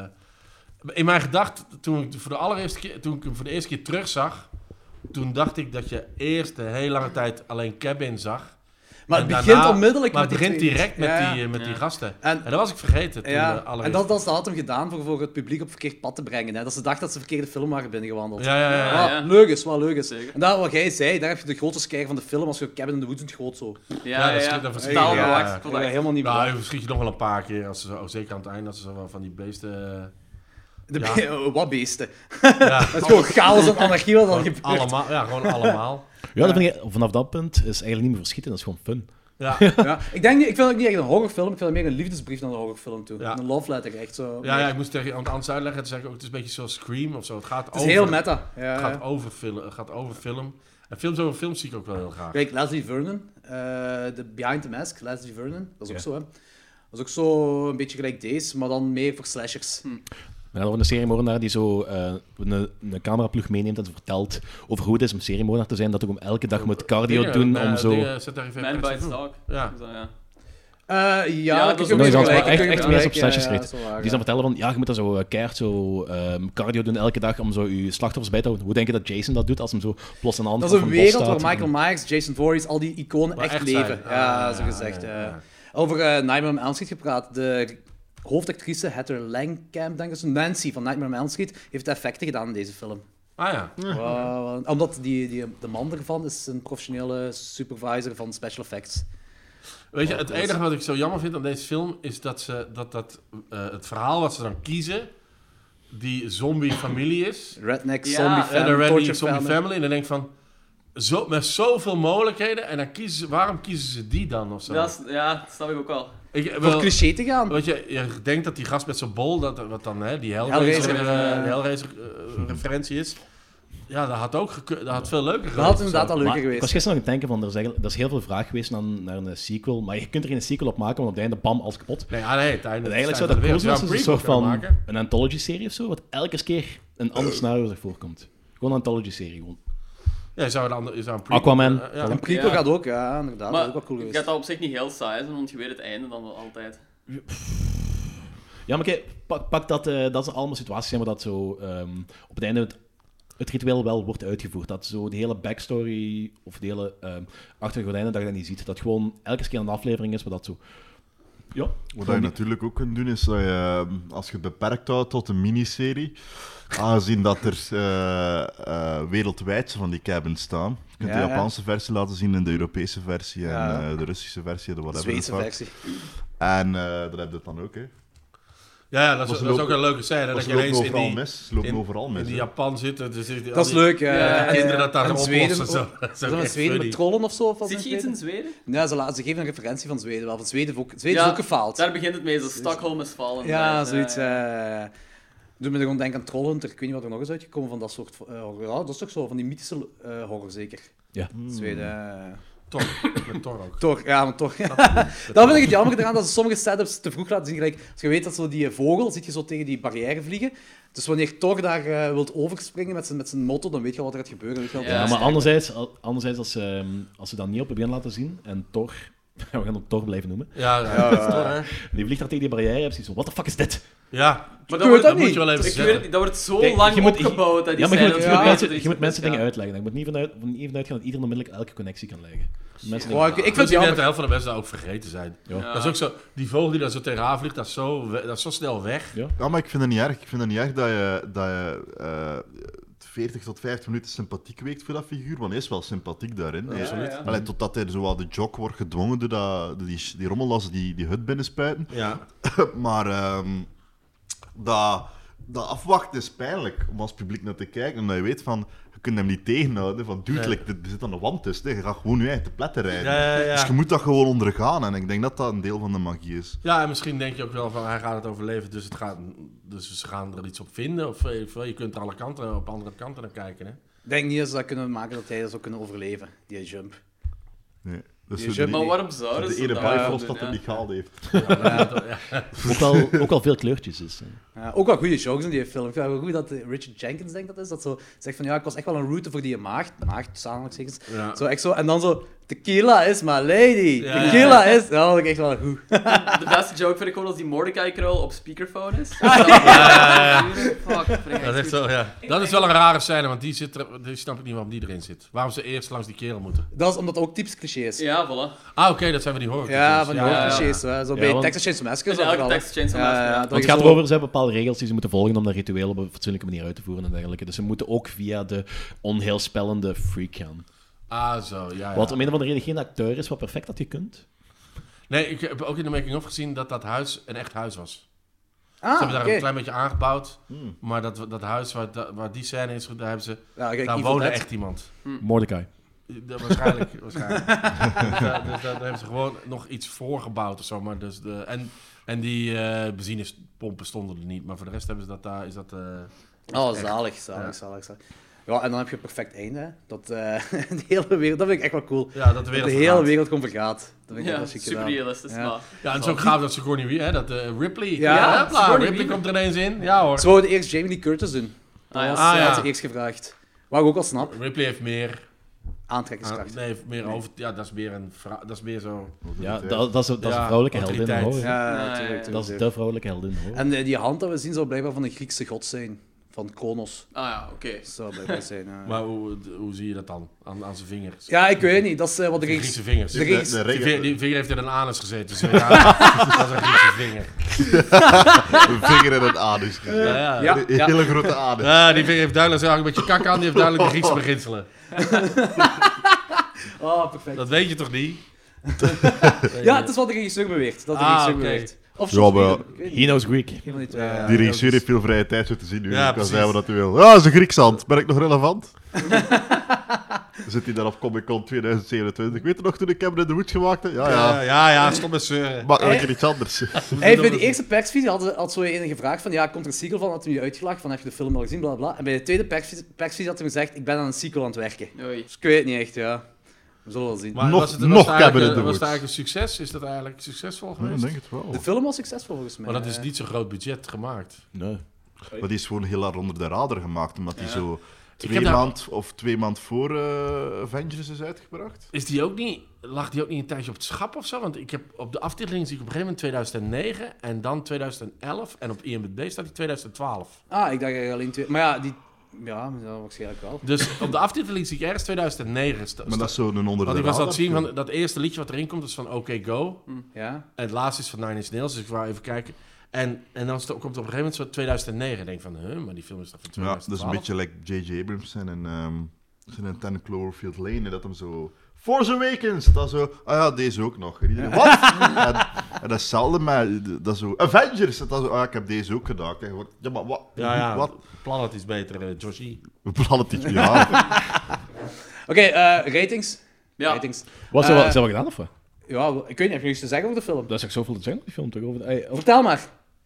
In mijn gedachten, toen ik, voor de allereerste keer, toen ik hem voor de eerste keer terugzag, toen dacht ik dat je eerst de hele lange tijd alleen Cabin zag. Maar En het begint daarna- onmiddellijk Maar met het die begint twee- direct met, Ja, die, eh, met die Ja. gasten. En, En dat was ik vergeten toen ja, de allereerste. en dat, dat, dat had hem gedaan voor, voor het publiek op verkeerd pad te brengen. Hè. Dat ze dachten dat ze verkeerde film waren binnengewandeld. Ja, ja, ja. ja. Ah, ja. leuk is, wel leuk is. Zeker. En daar wat jij zei, daar heb je de grootste scare van de film. Als je Cabin in the Woods doet, groot zo. Ja, Ja, ja, dat is- ja. dat is- Totaal ja, verwacht. ja. Ik Tot ben echt. helemaal niet Nou, blij. je schiet je nog wel een paar keer, als ze zo, zeker aan het einde, als ze zo wel van die beesten... eh, De ja. be- wat beesten. ja, Het is gewoon chaos en anarchie wat er gewoon gebeurt. allemaal, ja, gewoon allemaal. Ja, dat vind ik, vanaf dat punt is eigenlijk niet meer verschieten, dat is gewoon fun. Ja, Ja, ik, denk, niet- ik vind het niet echt een horrorfilm, ik vind het meer een liefdesbrief naar een horrorfilm toe. Ja. Een love letter, echt zo. ja, ja, ik moest tegen iemand anders uitleggen, toen zei ik ook, het is een beetje zoals Scream of zo. Het gaat Het is over, heel meta. Ja, het gaat ja. over, film, het gaat over film. En films over films zie ik ook wel heel graag. Kijk, Leslie Vernon, eh, de Behind the Mask, Leslie Vernon, dat is ook Ja. zo, hè. Dat is ook zo een beetje gelijk deze, maar dan meer voor slashers. Maar over een seriemoordenaar die zo eh, een, een cameraploeg meeneemt en ze vertelt over hoe het is om seriemoordenaar te zijn, dat ook om elke dag moet cardio Dingen, doen eh, om zo... dingen, zet daar even Man een Bites doen. Dog. Ja. Is dat, ja. Eh, ja, Ja, dat dat kun is je ook me zo, vergelijken, echt- kun je me echt meer op vergelijken, slashers ja, gericht. dat is wel waar, Die ja. dan vertellen van, ja, je moet dan zo keihard zo ehm, cardio doen elke dag om zo je slachtoffers bij te houden. Hoe denk je dat Jason dat doet als hem zo plots aan de hand Dat is van een een bos wereld waar staat? Michael Myers, Jason Voorhees, al die iconen Maar echt, echt leven. zijn. Ja, Ah, zo ja, gezegd. ja, ja. ja. Over uh, Nightmare on Elm Street gepraat. De hoofdactrice Heather Langenkamp, denk ik, Nancy van Nightmare on Elm Street, heeft effecten gedaan in deze film. Ah ja. Wow, omdat die, die, de man ervan is een professionele supervisor van special effects. Weet je, het enige wat ik zo jammer vind aan deze film is dat, ze, dat, dat uh, het verhaal wat ze dan kiezen, die zombie-familie is. Redneck, Ja, zombie en En family, de Redneck torture Zombie family. Family. En dan denk ik van, zo, met zoveel mogelijkheden. En dan kiezen ze, waarom kiezen ze die dan of zo? Dat is- ja, dat snap ik ook wel. Ik, Voor wel, cliché te gaan. weet je, je denkt dat die gast met zo'n bol, dat, wat dan hè, die Hellraiser, Hellraiser, eh, uh, Hellraiser uh, referentie is. Ja, dat had ook geku- dat had veel leuker Dat geweest. had inderdaad al Maar leuker ik was geweest. gisteren nog aan het denken van, er is, eigenlijk, er is heel veel vraag geweest naar, naar een sequel, maar je kunt er geen sequel op maken, want op het einde, bam, alles kapot. Nee, ah, nee, het einde. En eigenlijk het zou dat einde cool van de zijn wereld. als Ja, een een soort prequel van kunnen maken. een anthology-serie of zo, wat elke keer een ander scenario zich voorkomt. Gewoon een anthology-serie, gewoon. Ja, je zou een ander, je zou een prequel, Aquaman. eh, ja. Een prequel Ja. gaat ook, ja, inderdaad. Dat is Maar ook wel cool het geweest. gaat dat op zich niet heel saai zijn, want je weet het einde dan wel altijd. Ja, maar kijk, pak, pak dat, eh, dat zijn allemaal situaties zijn waar dat zo ehm, op het einde het, het ritueel wel wordt uitgevoerd. Dat zo de hele backstory of de hele ehm achter de gordijnen dat je dat niet ziet. Dat gewoon elke keer een aflevering is waar dat zo... Ja, Wat je natuurlijk ook kunt doen, is dat je, eh, als je het beperkt houdt tot een miniserie, aangezien dat er eh, eh, wereldwijd van die cabins staan, je kunt Ja, de ja. Japanse versie laten zien en de Europese versie en Ja. eh, de Russische versie, de De whatever. Zweedse het was. versie. En eh dat heb je dan ook, hè. Ja, ja, dat is, Was dat is ook lopen- een leuke scène. Dat Dat je lopen ineens in overal die, mis. Ze lopen in, overal mis. in die hè. Japan zit. Dus die, Dat is leuk, ja. Ja, En- kinderen dat daar en oplossen. Zweden, Zo. ook. Dat is Is dat ook in echt Zweden funny. met trollen of zo? Of was Zit het je in iets in Zweden? Zweden? Ja, ze, la- ze geven een referentie van Zweden wel. Van Zweden, ook, Zweden Ja, is ook gefaald. Daar begint het mee, zo Stockholm is fallen. Ja, Ja, zoiets. ja. eh Doe me gewoon denken aan Trollhunter. Ik weet niet wat er nog is uitgekomen van dat soort eh, horror. Ja, dat is toch zo, van die mythische eh, horror zeker. Ja. Zweden. eh. Thor, met Thor ook. Toch, ja, maar toch. Dan vind ik het jammer eraan dat ze sommige setups te vroeg laten zien. Gelijk, als je weet dat zo die vogel, zit je zo tegen die barrière vliegen. Dus wanneer Thor daar eh, wilt overspringen met zijn, met zijn motto, dan weet je al wat er gaat gebeuren. Weet je wel. Ja, Ja, Ja, maar anderzijds, al- anderzijds als, ze, ehm, als ze dat niet op het begin laten zien en Thor we gaan hem toch blijven noemen. Ja, ja, Ja, dat is ja. toch, hè? Die vliegt daar tegen die barrière en zo, what the fuck is dit? Ja, Maar Ik dat, weet wordt, dat dat moet niet. je wel even ik zeggen. weet, het, dat wordt zo Kijk, lang je moet- opgebouwd. Dat die Ja, maar je moet, scène je moet zo- mensen, zo- je moet mensen ja. dingen uitleggen. Je moet niet vanuit, niet vanuit uitgaan dat iedereen onmiddellijk elke connectie kan leggen. Mensen Oh, denken, ik, ik Ik vind het vind dat de jammer. helft van de mensen daar ook vergeten zijn. Ja. Ja. Dat is ook zo, die vogel die daar zo tegenaan vliegt, dat is zo, we- dat is zo snel weg. Ja. Ja, maar ik vind het niet erg. Ik vind het niet erg dat je, dat je eh, veertig tot vijftig minuten sympathiek weekt voor dat figuur, want hij is wel sympathiek daarin. Hij- absoluut. Ja, ja. Allee, totdat hij zo aan de jog wordt gedwongen door, dat, door die, die rommel als die, die hut binnenspuiten. Ja. Maar ehm, dat, dat afwachten is pijnlijk om als publiek naar te kijken. Omdat je weet van, je kunt hem niet tegenhouden. Van, dude, Nee. like, er zit aan de wand tussen. Je gaat gewoon je eigen te pletten rijden. Ja, ja, ja. Dus je moet dat gewoon ondergaan. En ik denk dat dat een deel van de magie is. Ja, en misschien denk je ook wel van hij gaat het overleven, dus, het gaat, dus ze gaan er iets op vinden. Of eh, je kunt er alle kanten, op andere kanten naar kijken. Hè? Ik denk niet dat ze dat kunnen maken dat hij dat zou kunnen overleven, die jump. Nee. Dus Die zo jump- de, Maar waarom zouden de ze ene dat Bifrost doen, dat hij ja? niet gehaald heeft. Ook wel, ook wel veel kleurtjes is. hè. Ja, ook wel goede jokes in die film. Ik vind het wel goed dat eh, Richard Jenkins, denk ik dat is, dat zo zegt van ja, ik was echt wel een route voor die maagd, maagd, samenhalingstekens. Ja. Zo echt zo, en dan zo, tequila is my lady, Ja, tequila is, ja, dat vond ik echt wel goed. De beste joke vind ik gewoon als die Mordecai-krul op speakerphone is. ja, ja. Fuck, vind ik Dat is, echt echt goed. zo, ja. Dat is wel een rare scène, want die, zit er, die snap ik niet waarom die erin zit. Waarom ze eerst langs die kerel moeten. Dat is omdat het ook typisch cliché is. Ja, voilà. Ah, oké, dat zijn we die horror. Ja, van die Ja, hoofdclichés, hè. Zo Ja, bij want- Texas Chainsaw Massacre. In zo elke vooral. Texas Chainsaw Ja, Massacre, ja, ja. dat Want je het gaat zo- erover, ze hebben bepaalde regels die ze moeten volgen om dat ritueel op een fatsoenlijke manier uit te voeren en dergelijke. Dus ze moeten ook via de onheilspellende freak gaan. Ah, zo, ja, ja. Wat om een of andere reden geen acteur is, wat perfect dat je kunt. Nee, ik heb ook in de making-of gezien dat dat huis een echt huis was. Ah, Ze hebben daar oké. een klein beetje aangebouwd, Hmm. maar dat, dat huis waar, da- waar die scène is, daar, hebben ze, Ja, kijk, daar Evil woonde Dead. echt iemand. Mordecai. Ja, waarschijnlijk. waarschijnlijk. dus, daar, dus daar hebben ze gewoon nog iets voorgebouwd of zo. Maar dus de, en, en die eh benzinepompen stonden er niet. Maar voor de rest hebben ze dat daar. Is dat, eh, Oh, echt. zalig, zalig, Ja. zalig, zalig. Ja, en dan heb je een perfect einde. Hè. Dat eh, de hele wereld, dat vind ik echt wel cool. Ja, dat de Dat wereld de hele vergaat. wereld komt vergaat. Dat vind ik Ja, wel chic super gedaan. realistisch. Ja. Maar. Ja, en het is ook gaaf dat Sigourney Weaver, hè, dat eh, Ripley. Ja, Ja, hopla, Sigourney Ripley Weaver. komt er ineens in. Ja hoor. Ze wouden eerst Jamie Lee Curtis doen. Dat Ah, ja. was, Ah, eh, ja. had ze eerst gevraagd. Wat ik ook wel snap. Ripley heeft meer. Aantrekkingskracht. ah, nee, meer over. Ja, dat is meer een. vrou- Dat is meer zo. Ja, dat, dat is, dat is Ja, een vrouwelijke heldin. autoriteit. Hoor. Ja, Nee, natuurlijk. nee, natuurlijk, Dat is natuurlijk. de vrouwelijke heldin. Hoor. En eh, die hand dat we zien zou blijkbaar van een Griekse god zijn. Van Kronos. Ah ja, oké. Dat zou blijkbaar zijn. ja. Maar hoe, hoe zie je dat dan? Aan, aan zijn vingers. Ja, ik weet niet. Dat is eh, wat de De Griekse... Griekse vingers. De De, Grieks- de Die, ringen- vi- die vinger heeft in een anus gezeten. Dus ja, dat is een Griekse vinger. een vinger in het anus. Ja, ja. Ja. Een hele grote anus. Ja, die vinger heeft duidelijk een beetje kak aan. Die heeft duidelijk de Griekse beginselen. Oh, perfect. Dat weet je toch niet? Ja, het is wat de regisseur beweert. Dat de Ah, regisseur oké. beweert. Of Ja, soms maar- weet ik- ik weet He niet. knows Greek. Een van die twee, Ja, ja. Die regisseur heeft veel vrije tijd zo te zien nu. Ja, Ja, kan precies. zeggen wat hij wil. Ah, dat is een Grieksand. Ben ik nog relevant? Zit hij daar op Comic Con tweeduizend zevenentwintig? Weet je nog toen ik Cabin in the Woods gemaakt heb? Ja, Ja, ja. ja, ja, stop met zeuren. Maak nog een keer iets anders. Hey, bij de eerste persvisie had, had zo een gevraagd van, ja, komt er een sequel van? Had hij je uitgelachen van, heb je de film al gezien, bla bla. En bij de tweede persvisie, persvisie had hij gezegd, ik ben aan een sequel aan het werken. Oei. Dus ik weet het niet echt, ja. We zullen wel zien. Maar Nog- was het, nog was het eigenlijk, Cabin in the was het Woods. eigenlijk een succes? Is dat eigenlijk succesvol Ja, geweest? ik denk het wel. De film was succesvol volgens mij. Maar dat is Eh, niet zo'n groot budget gemaakt. Nee. Maar die is gewoon heel hard onder de radar gemaakt, omdat hij Ja. zo Ik twee heb daar- maand of twee maand voor eh, Avengers is uitgebracht. Is die ook niet, lag die ook niet een tijdje op het schap of zo? Want ik heb op de aftiteling zie ik op een gegeven moment tweeduizend negen en dan tweeduizend elf en op I M D B staat die tweeduizend twaalf. Ah, ik dacht eigenlijk alleen twee... Maar ja, die... Ja, ja, waarschijnlijk wel. Dus op de aftiteling zie ik ergens tweeduizend negen staan. Maar dat is zo'n onder Want de ik was aan radar. het zien van dat eerste liedje wat erin komt, is van OK Go. Ja. En het laatste is van Nine Inch Nails, dus ik wou even kijken. En, en dan sto- komt het op een gegeven moment zo tweeduizend negen. Ik denk van, huh, maar die film is toch van Ja, dat tweeduizend twaalf? is een beetje like J J Abrams en um, zijn ten Cloverfield Lane, en dat hem zo... Force Awakens! Dat zo... Ah ja, deze ook nog. En iedereen, wat? en, en dat is hetzelfde met... Dat zo... Avengers! Dat zo... Ah, ik heb deze ook gedaan. En je wordt, ja, maar wat? Ja, ja, Wat? Planet is beter, uh, Joshi. We plannen het niet. Ja. Oké, eh, ratings. Ja. Ratings. Wat zijn we, Eh, zijn we gedaan of wat? Ja, ik weet niet, heb je iets te zeggen over de film? Dat is echt zoveel te zeggen op die film toch? Over, ey, over, Vertel maar.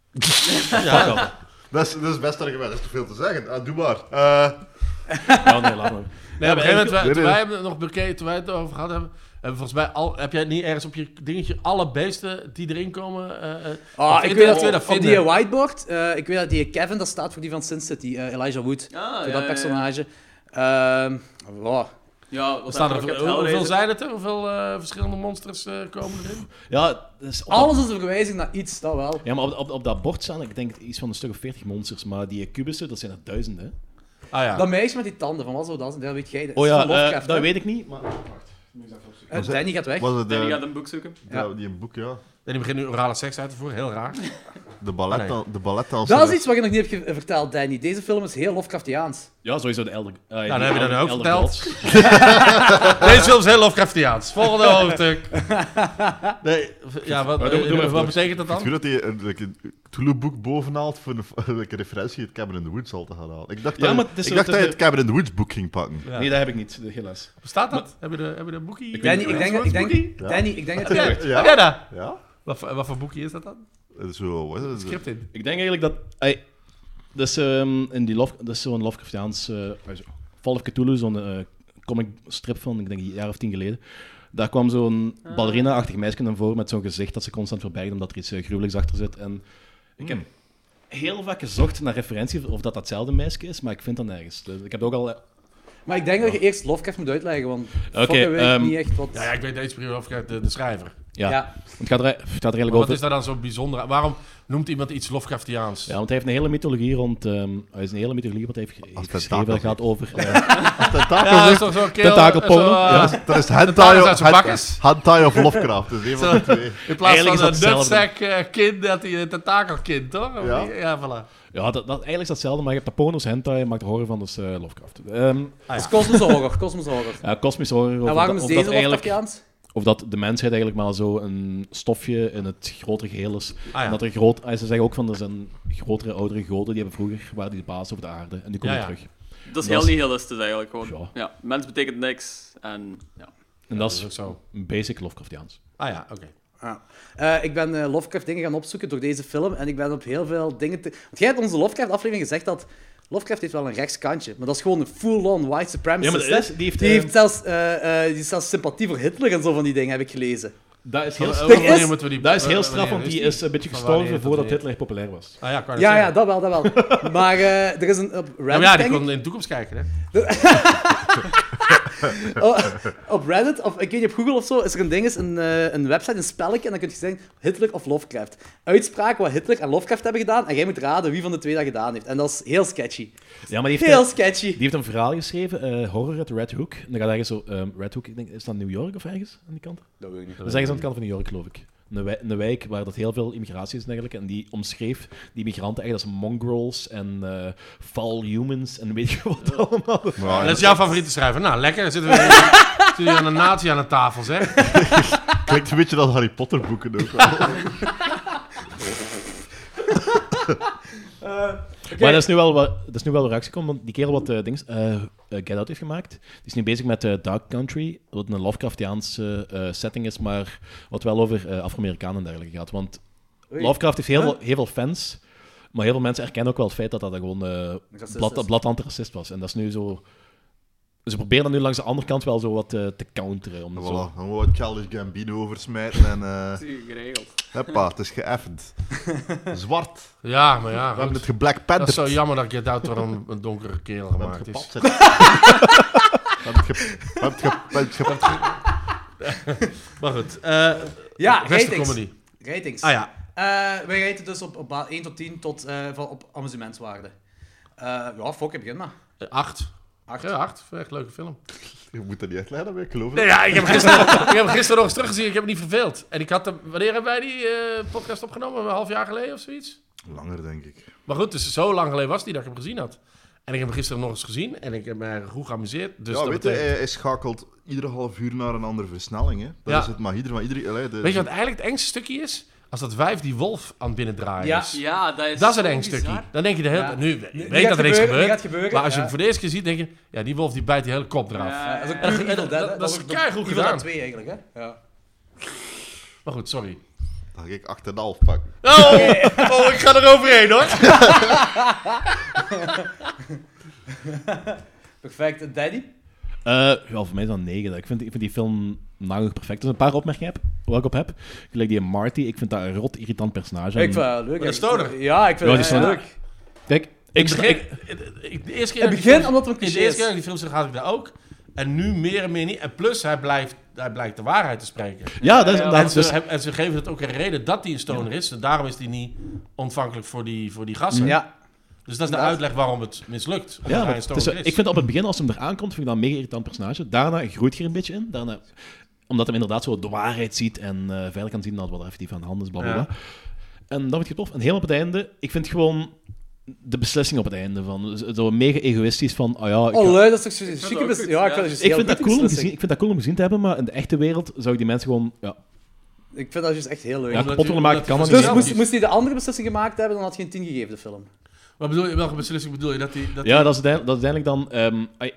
Ja, dat, is, dat is best argument. Dat is te veel te zeggen. Ah, doe maar. Eh, ja, nee, laat maar. nee, op een gegeven moment, wij- Nee, toen nee. wij hebben het nog bekeken, toen wij het over gehad hebben, hebben we volgens mij al, heb jij niet ergens op je dingetje alle beesten die erin komen? eh, eh, Ah, of ik in- weet of dat kun je dat op die vinden? whiteboard, eh, ik weet dat die Kevin, dat staat voor die van Sin City, eh, Elijah Wood. Ah, voor ja, dat ja, personage. Ehm, wow. Ja, wat Staan er, heb je ook hoeveel Hellraiser? zijn het er? Hoeveel uh, verschillende monsters uh, komen erin? Ja, dus op Alles is een verwijzing naar iets, dat wel. Ja, maar op, op, op dat bord staan, ik denk iets van een stuk of veertig monsters, maar die kubussen, dat zijn er duizenden. Hè? Ah ja. Dat meisje met die tanden, van wat zou dat zijn? Dat weet jij. Dat Oh is ja, van Lovecraft, uh, dat hè? weet ik niet, maar... Uh, Danny gaat weg. Was het Danny de, gaat een boek zoeken. Ja. ja, die een boek, ja. En die begint nu orale seks uit te voeren, heel raar. De ballet, Oh, nee. de ballet Dat is iets wat je nog niet hebt ge- verteld, Danny. Deze film is heel Lovecraftiaans. Ja, sowieso de Elder... Uh, dan heb je dat ook Elder verteld. Gods. Deze film is heel Lovecraftiaans. Volgende hoofdstuk. Nee, ja, wat, Maar doe- doe maar wat even betekent dat Het dan? is goed dat hij een, like, een Cthulhu-boek bovenhaalt voor een, like, een referentie het Cabin in the Woods al te gaan halen. Ik dacht Ja, dat, maar je- het is ik zo- dacht het dat is je het Cabin in the Woods boek ging pakken. Ja. Nee, dat heb ik niet, helaas. Bestaat dat? Hebben we de, hebben we de boekie? Ik Danny, ik denk, dat- ik denk, boekie? Ja. Danny, ik denk dat Heb jij, je... Ja. heb jij dat? Ja? Wat, voor- wat voor boekje is dat dan? Het is Zo, wat is het? Script in. Ik denk eigenlijk dat... Ey, dus, um, in die Love, dat is zo'n Lovecraftiaans... Uh, Fall of Cthulhu, zo'n uh, comic strip van, ik denk een jaar of tien geleden. Daar kwam zo'n ballerina-achtig meisje naar voren met zo'n gezicht dat ze constant verbergt omdat er iets uh, gruwelijks achter zit. En ik heb heel vaak gezocht naar referentie of dat datzelfde meisje is, maar ik vind dat nergens. Dus ik heb ook al... Uh, Maar ik denk dat je eerst Lovecraft moet uitleggen, want Oké, okay, weet um, niet echt wat... Ja, ja, ik weet deze periode over de, de schrijver. ja, Ja. Het, gaat er, het gaat er Maar eigenlijk wat over... is daar dan zo bijzonder aan? Waarom noemt iemand iets Lovecraftiaans? Ja, want hij heeft een hele mythologie rond... Um, hij is een hele mythologie wat hij heeft, heeft geschreven. Dat gaat over... Uh, Ja, dat is toch zo'n keel... Tentakelporno, zo, uh, ja. Dat is Tentakel hentai, uit zijn het- bakkes. hentai of Lovecraft. Dat is een van de twee. In plaats Eigenlijk van is een dat hetzelfde. nutsack uh, kind, dat hij een tentakelkind, toch? Of Ja. niet? Ja, voilà. ja, dat, dat, eigenlijk is dat hetzelfde, maar je hebt dat porno's, hentai, maakt er horror van, dus uh, Lovecraft. Um, Dat is kosmische horror, kosmische horror. ja, kosmische horror. En of waarom dat- is of deze dat eigenlijk, Lovecraftiaans? Of dat de mensheid eigenlijk maar zo een stofje in het grotere geheel is. Ah, ja. En dat er groot... Ze zeggen ook van, er zijn grotere, oudere goden, die hebben vroeger, waren die de baas over de aarde. En die komen Ja, ja. terug. Dat is Dat heel is- nihilistisch eigenlijk gewoon. Ja. Ja. Mens betekent niks. En ja. En dat dat is is ook zo. basic Lovecraftiaans. Ah ja, oké. Ja. Uh, ik ben uh, Lovecraft dingen gaan opzoeken door deze film en ik ben op heel veel dingen te... Want jij hebt onze Lovecraft-aflevering gezegd dat Lovecraft heeft wel een rechtskantje, maar dat is gewoon een full-on white supremacist. Ja, maar dat is- hè? die heeft, die, uh, heeft zelfs, uh, uh, die heeft zelfs sympathie voor Hitler en zo van die dingen, heb ik gelezen. Dat is Heel, heel, Er is- wanneer moeten we die... dat is heel wanneer straf, want die die? is een beetje Van gestorven wanneer voordat tot Hitler populair was. Ah ja, kan je Ja, ja, zeggen. dat wel, dat wel. Maar uh, er is een... Op Ja, Reddit, maar ja, die denk kon ik- in de toekomst kijken, hè? Oh, op Reddit, of ik weet niet, op Google of zo, is er een ding, is een, uh, een website, een spelletje, en dan kun je zeggen Hitler of Lovecraft. Uitspraken wat Hitler en Lovecraft hebben gedaan, en jij moet raden wie van de twee dat gedaan heeft. En dat is heel sketchy. Ja, maar die heeft, Heel uh, sketchy. die heeft een verhaal geschreven, uh, Horror at Red Hook. En dan gaat ergens zo... Um, Red Hook, ik denk, is dat New York of ergens aan die kant? Dat weet ik niet. Dat is ergens aan de kant van New York, geloof ik. Een, wij- een wijk waar dat heel veel immigratie is en dergelijke. En die omschreef die migranten echt als mongrels en uh, foul humans en weet je wat allemaal. Maar Dat ja, is jouw favoriete schrijver. Nou, lekker. Zitten we hier, zitten we hier aan een nazi aan de tafel, zeg. klinkt een beetje als Harry Potter boeken ook wel. Maar dat is nu wel wat, dat is nu wel een reactie gekomen, want die kerel wat uh, dings, uh, uh, Get Out heeft gemaakt, die is nu bezig met uh, Dark Country, wat een Lovecraftiaanse uh, setting is, maar wat wel over uh, Afro-Amerikanen en dergelijke gaat. Want Oei. Lovecraft heeft heel, Huh? veel, heel veel fans, maar heel veel mensen erkennen ook wel het feit dat dat gewoon uh, Racist blad, is. blad antiracist was. En dat is nu zo... Ze proberen dat nu langs de andere kant wel zo wat uh, te counteren. Om En zo... voilà, dan wat Childish Gambino oversmijten en... eh Dat is geregeld. hoppa, het is geëffend. Zwart. Ja, maar ja, We hebben goed. het geblackpanterd. Dat is zo jammer dat Get Out door een, een donkere kerel We hebben het gemaakt is. gepapt. We hebben het ge- we hebben het ge- we hebben het ge- Maar goed. eh Ja, beste ratings. comedy. Ratings. Ah ja. Uh, wij raten dus op, op ba- één tot tien tot, uh, van, op amusementswaarde. Uh, ja, fuck, ik begin maar. Eh, Acht. Acht. Ja, acht. Vind ik echt een leuke film. Je moet dat niet uitleggen, maar ik geloof het. Nee, ja, ik heb gisteren, ik heb hem gisteren nog eens teruggezien. Ik heb het niet verveeld. En ik had hem... Wanneer hebben wij die eh, podcast opgenomen? Een half jaar geleden of zoiets? Langer, denk ik. Maar goed, dus zo lang geleden was die dat ik hem gezien had. En ik heb hem gisteren nog eens gezien. En ik heb me goed geamuseerd. Dus ja, dat weet je, betekent... hij, hij schakelt iedere half uur naar een andere versnelling. Hè. Dat Ja. is het maar ieder, maar iedere, allee, de, Weet je wat eigenlijk het engste stukje is? Als dat wijf die wolf aan het binnendraaien Ja. is. Ja, dat is Dat is een zo eng bizar. stukje. Dan denk je de hele Ja. tijd... Nu, je Die weet gaat dat er niks gebeuren, die gebeurt. gaat gebeuren, Maar als je ja. hem voor de eerste keer ziet, denk je... Ja, die wolf die bijt die hele kop eraf. Ja. Uh, dat is ook En puur dat- Evil Dead, dat- hè. dat is ook keigoed Evil gedaan. Dead twee eigenlijk, hè. Ja. Maar goed, sorry. Dan ga ik acht komma vijf pakken. Oh, oh, ik ga er overheen, hoor. Perfect. En Daddy? Uh, ja, voor mij is dat een negen. Ik vind, ik vind die film nagenoeg perfect. Er zijn een paar opmerkingen heb, waar ik op heb. Gelijk die Marty, ik vind dat een rot irritant personage. Ik vind het leuk. de hè. stoner. Ja, ik vind Ja, het die ja, stoner. leuk. Kijk, ik, Ik snap- begin, ik, ik- de eerste keer... Het dat ik begin die omdat het een In de cliché eerste is. keer dat ik die film zag, had ik dat ook. En nu meer en meer niet. En plus, hij blijft, hij blijkt de waarheid te spreken. Ja, dat is Ja, inderdaad... En ze, Dus, he- en ze geven het ook een reden dat hij een stoner is. En daarom is hij niet ontvankelijk voor die, voor die gassen. Ja. Dus dat is de Inderdaad. uitleg waarom het mislukt. Omdat ja, hij maar een het is, stoner is. ik vind op het begin, als hem eraan komt, vind ik dat een mega irritant personage. Daarna groeit hij er een beetje in. Daarna, omdat hij inderdaad zo de waarheid ziet en uh, veilig kan zien dat wat er effectief aan de hand is, blablabla. Ja. En dat vind ik tof. En helemaal op het einde, ik vind gewoon de beslissing op het einde van zo- zo mega egoïstisch van, oh ja, ik, Oh, ga- lui, dat is toch zo vind chique dat ook bes- goed, Ja, ja. ik vind dat juist ik heel vind dat goed, cool om die gezien, beslissing. ik vind dat cool om gezien te hebben, maar in de echte wereld zou ik die mensen gewoon, ja, Ik vind dat juist echt heel leuk. ja Omdat kapot je- willen maken, omdat kan je dat Dus niet. moest, moest hij de andere beslissing gemaakt hebben, dan had je een tien gegeven, de film. Wat bedoel je, welke beslissing bedoel je? Dat die, dat Ja, die- dat is, uiteindelijk, dat is uiteindelijk dan... ehm, ai-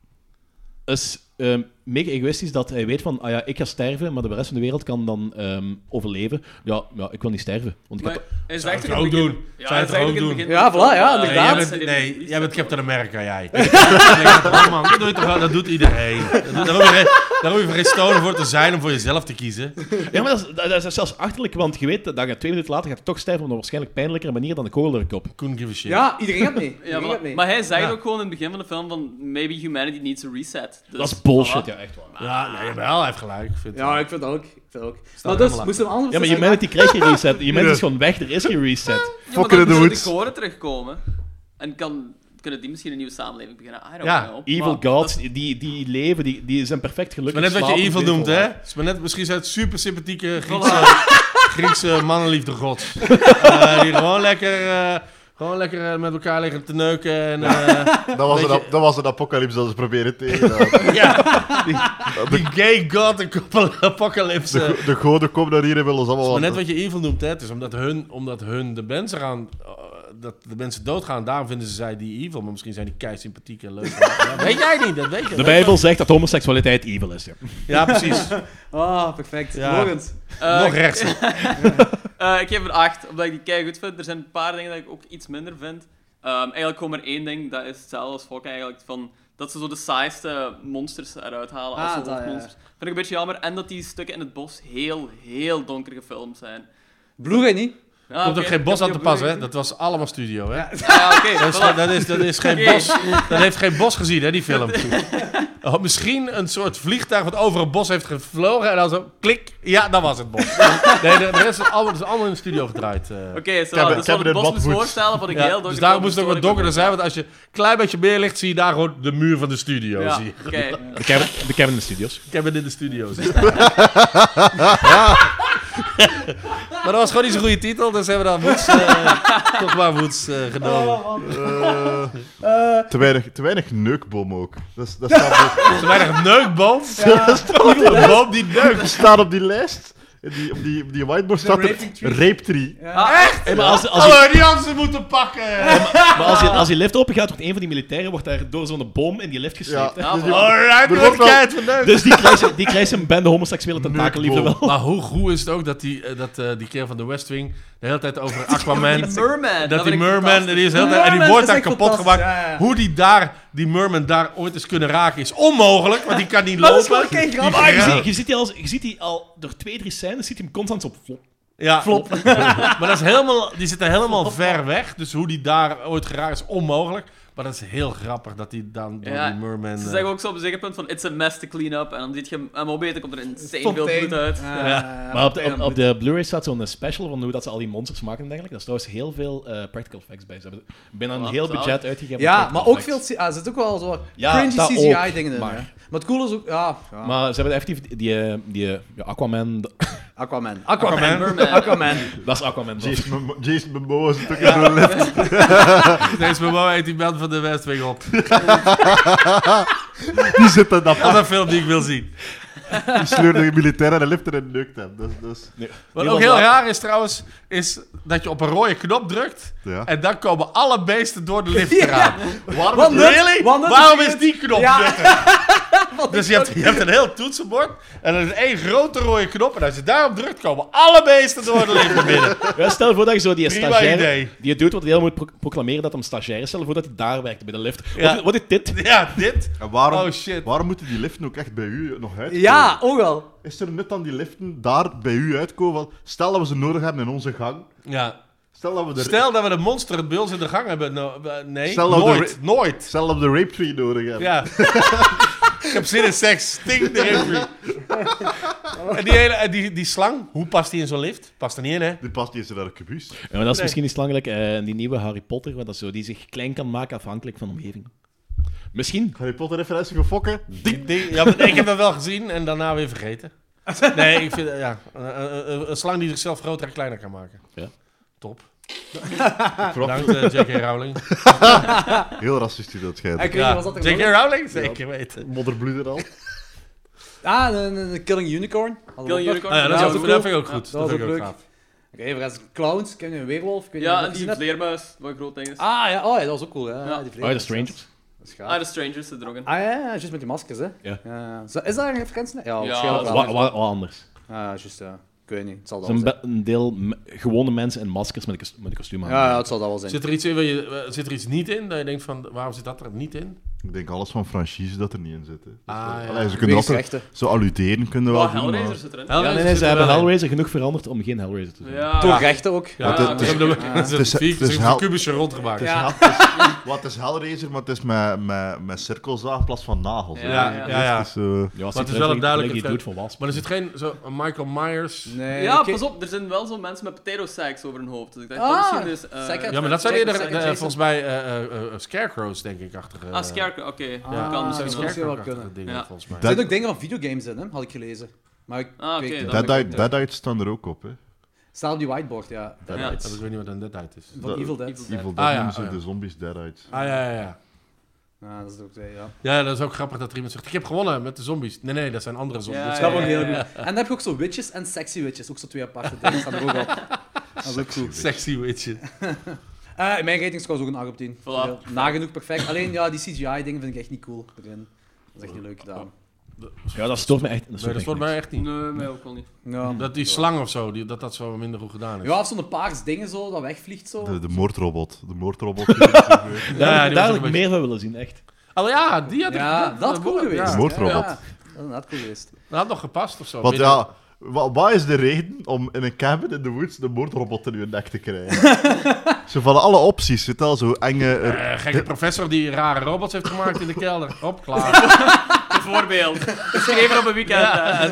is ehm, mega egoïstisch dat hij weet van, ah ja, ik ga sterven, maar de rest van de wereld kan dan ehm, overleven. Ja, ja, ik wil niet sterven. Want ik Maar ga hij Zou zegt het ook in ook het begin- doen. Ja, Zou hij het zegt ook ook in het doen. begin Ja, van, voilà, ja, eh, Nee, inderdaad. jij zijn bent, die- nee, die- jij bent Captain America, jij. Oh man, dat doe, je toch, dat doet iedereen. Dat doet, daar, hoef je, geen- daar hoef je geen stoner voor te zijn om voor jezelf te kiezen. Ja, maar dat is, dat is zelfs achterlijk, want je weet dat je twee minuten later gaat toch sterven op een waarschijnlijk pijnlijkere manier dan de kogel er kop. Couldn't give a shit. Ja, iedereen gaat mee. Ja, Iedereen maar, gaat mee. maar hij zei Ja. ook gewoon in het begin van de film van maybe humanity needs a reset. Dus, Dat is bullshit, voilà. ja, echt waar. Ja, nee, wel, hij heeft gelijk. Ik vind het Ja, wel. ik vind dat ook. Ik vind dat ook. Staat Maar dus, helemaal moest een andere Ja, maar beslissing humanity krijgt geen reset. Humanity is gewoon weg, er is geen reset. Ja, maar Fucker dan in the moeten woods. de koren terugkomen. En kan, kunnen die misschien een nieuwe samenleving beginnen. I don't Ja, know. Evil Maar gods, dat- die, die leven, die, die zijn perfect Het is gelukkig. maar net wat je slapen, evil noemt, hè? volwassen. Het is maar net, misschien zijn het super sympathieke Griekse, Griekse mannenliefde gods. Eh, die gewoon lekker, eh, gewoon lekker eh, met elkaar liggen te neuken. En, eh, Dat was, Weet een, je- dat was een apocalypse dat ze proberen tegen te houden. ja, die gay god apocalypse. De, go- de goden komen naar hier en willen ons Het allemaal... is maar net wat je evil noemt, hè? Het is omdat hun, omdat hun de mensen gaan, uh, dat de mensen doodgaan, daarom vinden ze zij die evil. Maar misschien zijn die kei sympathiek en leuk. Ja, weet jij niet, dat weet je. De Bijbel zegt dat homoseksualiteit evil is. Ja. Ja, precies. Ah, perfect. Ja. Logans. Eh, Nog rechts. eh, ik geef een acht, omdat ik die kei goed vind. Er zijn een paar dingen dat ik ook iets minder vind. Ehm, eigenlijk gewoon maar één ding, dat is hetzelfde als Fok eigenlijk. Van, dat ze zo de saaiste monsters eruit halen als Ah, zo dat, ja. hoofdmonsters. Vind ik een beetje jammer. En dat die stukken in het bos heel, heel donker gefilmd zijn. Blu-ray niet? Ja, Komt oké, ook geen ik bos heb aan te die pas, op hè? Blu-ray Dat was allemaal studio, hè? Ja. gezien. Ah, ja, oké. Dat is, voilà. dat, is, dat is geen Oké. bos. Dat heeft geen bos gezien, hè, die film. Oh, misschien een soort vliegtuig wat over een bos heeft gevlogen en dan zo, klik, ja, dat was het bos. Nee, de, de rest is allemaal, dat is allemaal in de studio gedraaid. eh. Oké, so, Cabin- dus wat Cabin het in bos moest Bloodwood. voorstellen, wat ik Ja, heel donker dus daar vond, moest het ook wat story donkerder zijn, want als je een klein beetje meer ligt, zie je daar gewoon de muur van de studio. Ja, Zie je. oké. De cabin, de cabin in de studios. Ik heb het in de studio. zie je. Maar dat was gewoon niet zo'n goede titel, dus hebben we dan Woods, eh, toch maar Woods eh, genomen. Eh, te, weinig, te weinig neukbom ook. Dat, is- dat staat, op, Te weinig neukboom. dat staat op, Een boom die neukt. dat staat op die lijst. En Die, op, die, op die whiteboard staat er raping tree. rape tree. Ah, echt? Hey, maar als, als, je, Oh, die hadden ze moeten pakken. maar als, je, als die lift open gaat, wordt een van die militairen wordt daar door zo'n boom in die lift Ja, gesleept. hè. Ja, dus voilà. die- Alright, Er nu wordt heb ik wel- het van neukt. Dus die krijgt, die krijgt zijn bende homoseksuele tentakelliefde wel. Maar hoe goed is het ook dat die, eh, dat, eh, die kerel van de West Wing de hele tijd over Aquaman... Die merman. dat vind die ik merman, en fantastisch. die, is heel tijd, en die Merman wordt is daar echt kapot fantastisch, gemaakt. ja, ja. Hoe die daar, die merman daar ooit eens kunnen raken is onmogelijk, want die kan niet Dat is lopen. wel kei Die grappig. Maar je, gra- ziet, je, ziet die al, je ziet die al door twee, drie scènes, ziet hij hem constant op flop. Ja. Maar dat is helemaal, die zitten helemaal ver weg, dus hoe die daar ooit geraakt is onmogelijk. Maar dat is heel grappig dat die dan door Ja, die merman... Ze eh, zeggen ook zo op een zeker punt van it's a mess to clean up. En dan ziet je hem hem opeten, komt er insane veel Fontein. bloed uit. Ja, Ja. ja, Maar op de, op, fontein op de Blu-ray staat zo'n special van hoe dat ze al die monsters maken en dergelijke. Daar is trouwens heel veel eh, practical effects bij. Ze hebben bijna een Wat heel zalig. budget uitgegeven. Ja, op maar practical ook veel... effects. C- ah, er zit ook wel zo Ja, cringy dat C G ook, I-dingen in. maar- hè. Maar het coole is ook... Ja, ja. Maar ze hebben effectief die, die, eh, die eh, ja, Aquaman... d- Aquaman. Aquaman. Aquaman. Merman. Aquaman. Dat is Aquaman. Jason Momoa- Jason Momoa zit ook in zo'n lift. Deze Momoa heet die man van de West Wing op. Die zit in dat Dat is een film die ik wil zien. Die sleurde de militairen en de lift er en neukt hem. Dat, is- dat is... Wat Die ook was heel wel- raar is trouwens, is dat je op een rode knop drukt Ja. en dan komen alle beesten door de lift eraan. Waarom Wat nut- Really? wat nut Waarom is is het? die knop Ja. nuttig? Dus je hebt, je hebt een heel toetsenbord en er is één grote rode knop en als je daarop drukt komen alle beesten door de lift naar binnen. Ja, stel je voor dat je zo die Prima stagiair... idee. Die doet wat hij heel moet pro- proclameren dat hij stagiair is. Stel je voor dat hij daar werkte bij de lift. Ja. Wat, wat is dit? Ja, dit. En waarom, Oh shit. waarom moeten die liften ook echt bij u nog uitkomen? Ja, ook wel. Is er net dan die liften daar bij u uitkomen? Van, stel dat we ze nodig hebben in onze gang. Ja. Stel dat we de, Stel dat we de monster bij ons in de gang hebben. No, eh, nee, Stel dat we nooit. de- Nooit. stel dat we de rape tree nodig hebben. Ja. Ik heb zin in seks. Sting de Avery. En die, hele, en die, die slang, hoe past die in zo'n lift? Past er niet in, hè? Die past niet eens naar de kubus. Ja, maar dat is Nee. misschien iets langelijk. Uh, die nieuwe Harry Potter, wat dat zo, die zich klein kan maken afhankelijk van de omgeving. Misschien. Harry Potter referentie gefokken. Die, die, ja, maar nee, ik heb dat wel gezien en daarna weer vergeten. Nee, ik vind, ja, een, een, een slang die zichzelf groter en kleiner kan maken. Ja. Top. Prop. Bedankt, uh, J K. Rowling. Heel racistisch dat schijnt. Ik weet niet, was dat er J K. nog een- Rowling? Zeker weten. Modderbloeder al. Ah, een, een Killing Unicorn. Hadden we Killing ook Unicorn. Ah, ja, dat, Ja, is dat ook, is dat cool. vind ik ook goed. Ja, dat dat vind is ik ook ook gaaf. Oké, okay, voor de rest clowns. Ken je een weerwolf? Ik weet niet Ja, of je en dat die gezien hebt. vleermuis, wat een groot ding is. Ah, ja, oh, ja, dat was ook cool. Hè. Ja. Die Oh, de Strangers. Dat is gaaf. Ah, de Strangers zit er ook in. Ah ja, ja, juist met die maskers, hè? Ja. Ja. Zo, is daar een referentie? naar? Ja, Ja, waarschijnlijk dat wel. Wat, wat, wat anders. Ah, juist, ja. Ik weet niet. Het zal Het dat is wel een, zijn. be- een deel me- gewone mensen en maskers met een, kos- met een kostuum aan. Ja, ja, het zal dat wel zijn. Zit er iets in waar je, uh, zit er iets niet in? Dat je denkt van, waarom zit dat er niet in? Ik denk alles van franchise dat er niet in zit. Hè. Dus Ah, dat- ja. Allee, ze kunnen Wegens altijd rechten. zo alluderen, kunnen wel Oh, doen, Hellraiser maar- zit erin. Ja, nee, nee, ze hebben Hellraiser genoeg veranderd om geen Hellraiser te zijn. Ja. Door rechten ook. Ja, het- het Ze is- hebben Ja. er- ze Het is- hebben vier het is ze hebben hel- een kubusje rondgemaakt. Ja. Het is, wat is Hellraiser, maar het is met, met, met cirkelzaag in plaats van nagels. hè. Ja, ja, ja. ja. Het is, eh, Ja, het is wel een duidelijke die trend. doet van wasp. Maar er zit geen zo een Michael Myers... Nee, Ja, oké. pas op, er zijn wel zo mensen met potato sacks over hun hoofd. Dus ik dacht, Ah, dat misschien dus... eh, Second- Ja, maar dat zijn Jason- eerder, Second eh, Jason. volgens mij eh, eh, eh, scarecrows, denk ik, achter. eh, Ah, Scarecrow, oké. Ah, Ja, kan dat misschien zou wel. misschien wel Scarecrow-achtige kunnen. dingen, Ja. volgens mij. Er zitten ook dingen van videogames in, hè? Had ik gelezen. Maar ik Ah, oké, weet niet. dat- Dead ben ik Eye- ook, Dead Eye staan er ook op. Hè. Staat op die whiteboard, ja. Dead Ja. Eyes. Dat ik weet niet wat een deadite is. Van Dat- Evil Dead. Evil Evil Dead. Dead Ah, ja, noemen ze oh, ja. de zombies Dead Eyes. Ah, ja, ja, ja. Ja, dat is ook, ja. Ja, dat is ook grappig dat er iemand zegt, ik heb gewonnen met de zombies. Nee, nee, dat zijn andere zombies. Ja, Dat is Dat ja, is ook ja, heel ja. goed. En dan heb je ook zo witches en sexy witches. Ook zo twee aparte dingen staan er ook op. Dat is ook goed. Sexy witches. Eh, in mijn rating score is ook een acht op tien. Voilà. Ja, nagenoeg perfect. Alleen ja, die C G I-dingen vind ik echt niet cool erin. Dat is echt niet leuk gedaan. Ja, dat stoort me echt. Dat Nee, stoort dat me stoort echt mij echt niet. Nee, mij ook wel niet. Ja, Dat die slang of zo, die, dat dat zo minder goed gedaan is. ja of zo'n paars dingen zo, dat wegvliegt zo. De, de moordrobot. De moordrobot. Ah, die er gebeurt. niks. Ja, Daar die daar was had ook ik een meer van willen zien, echt. Oh ja, die had ik... Ja, dat is cool geweest. Ja. De moordrobot. Ja, dat is inderdaad cool geweest. Dat had nog gepast of zo. Want Weet je- ja, wa- wat is de reden om in een cabin in the woods de moordrobot in je nek te krijgen? Zo van alle opties. Zit al zo enge... er- Eh, gekke professor die rare robots heeft gemaakt in de kelder. Hop, klaar. Bijvoorbeeld. Geschreven op een weekend.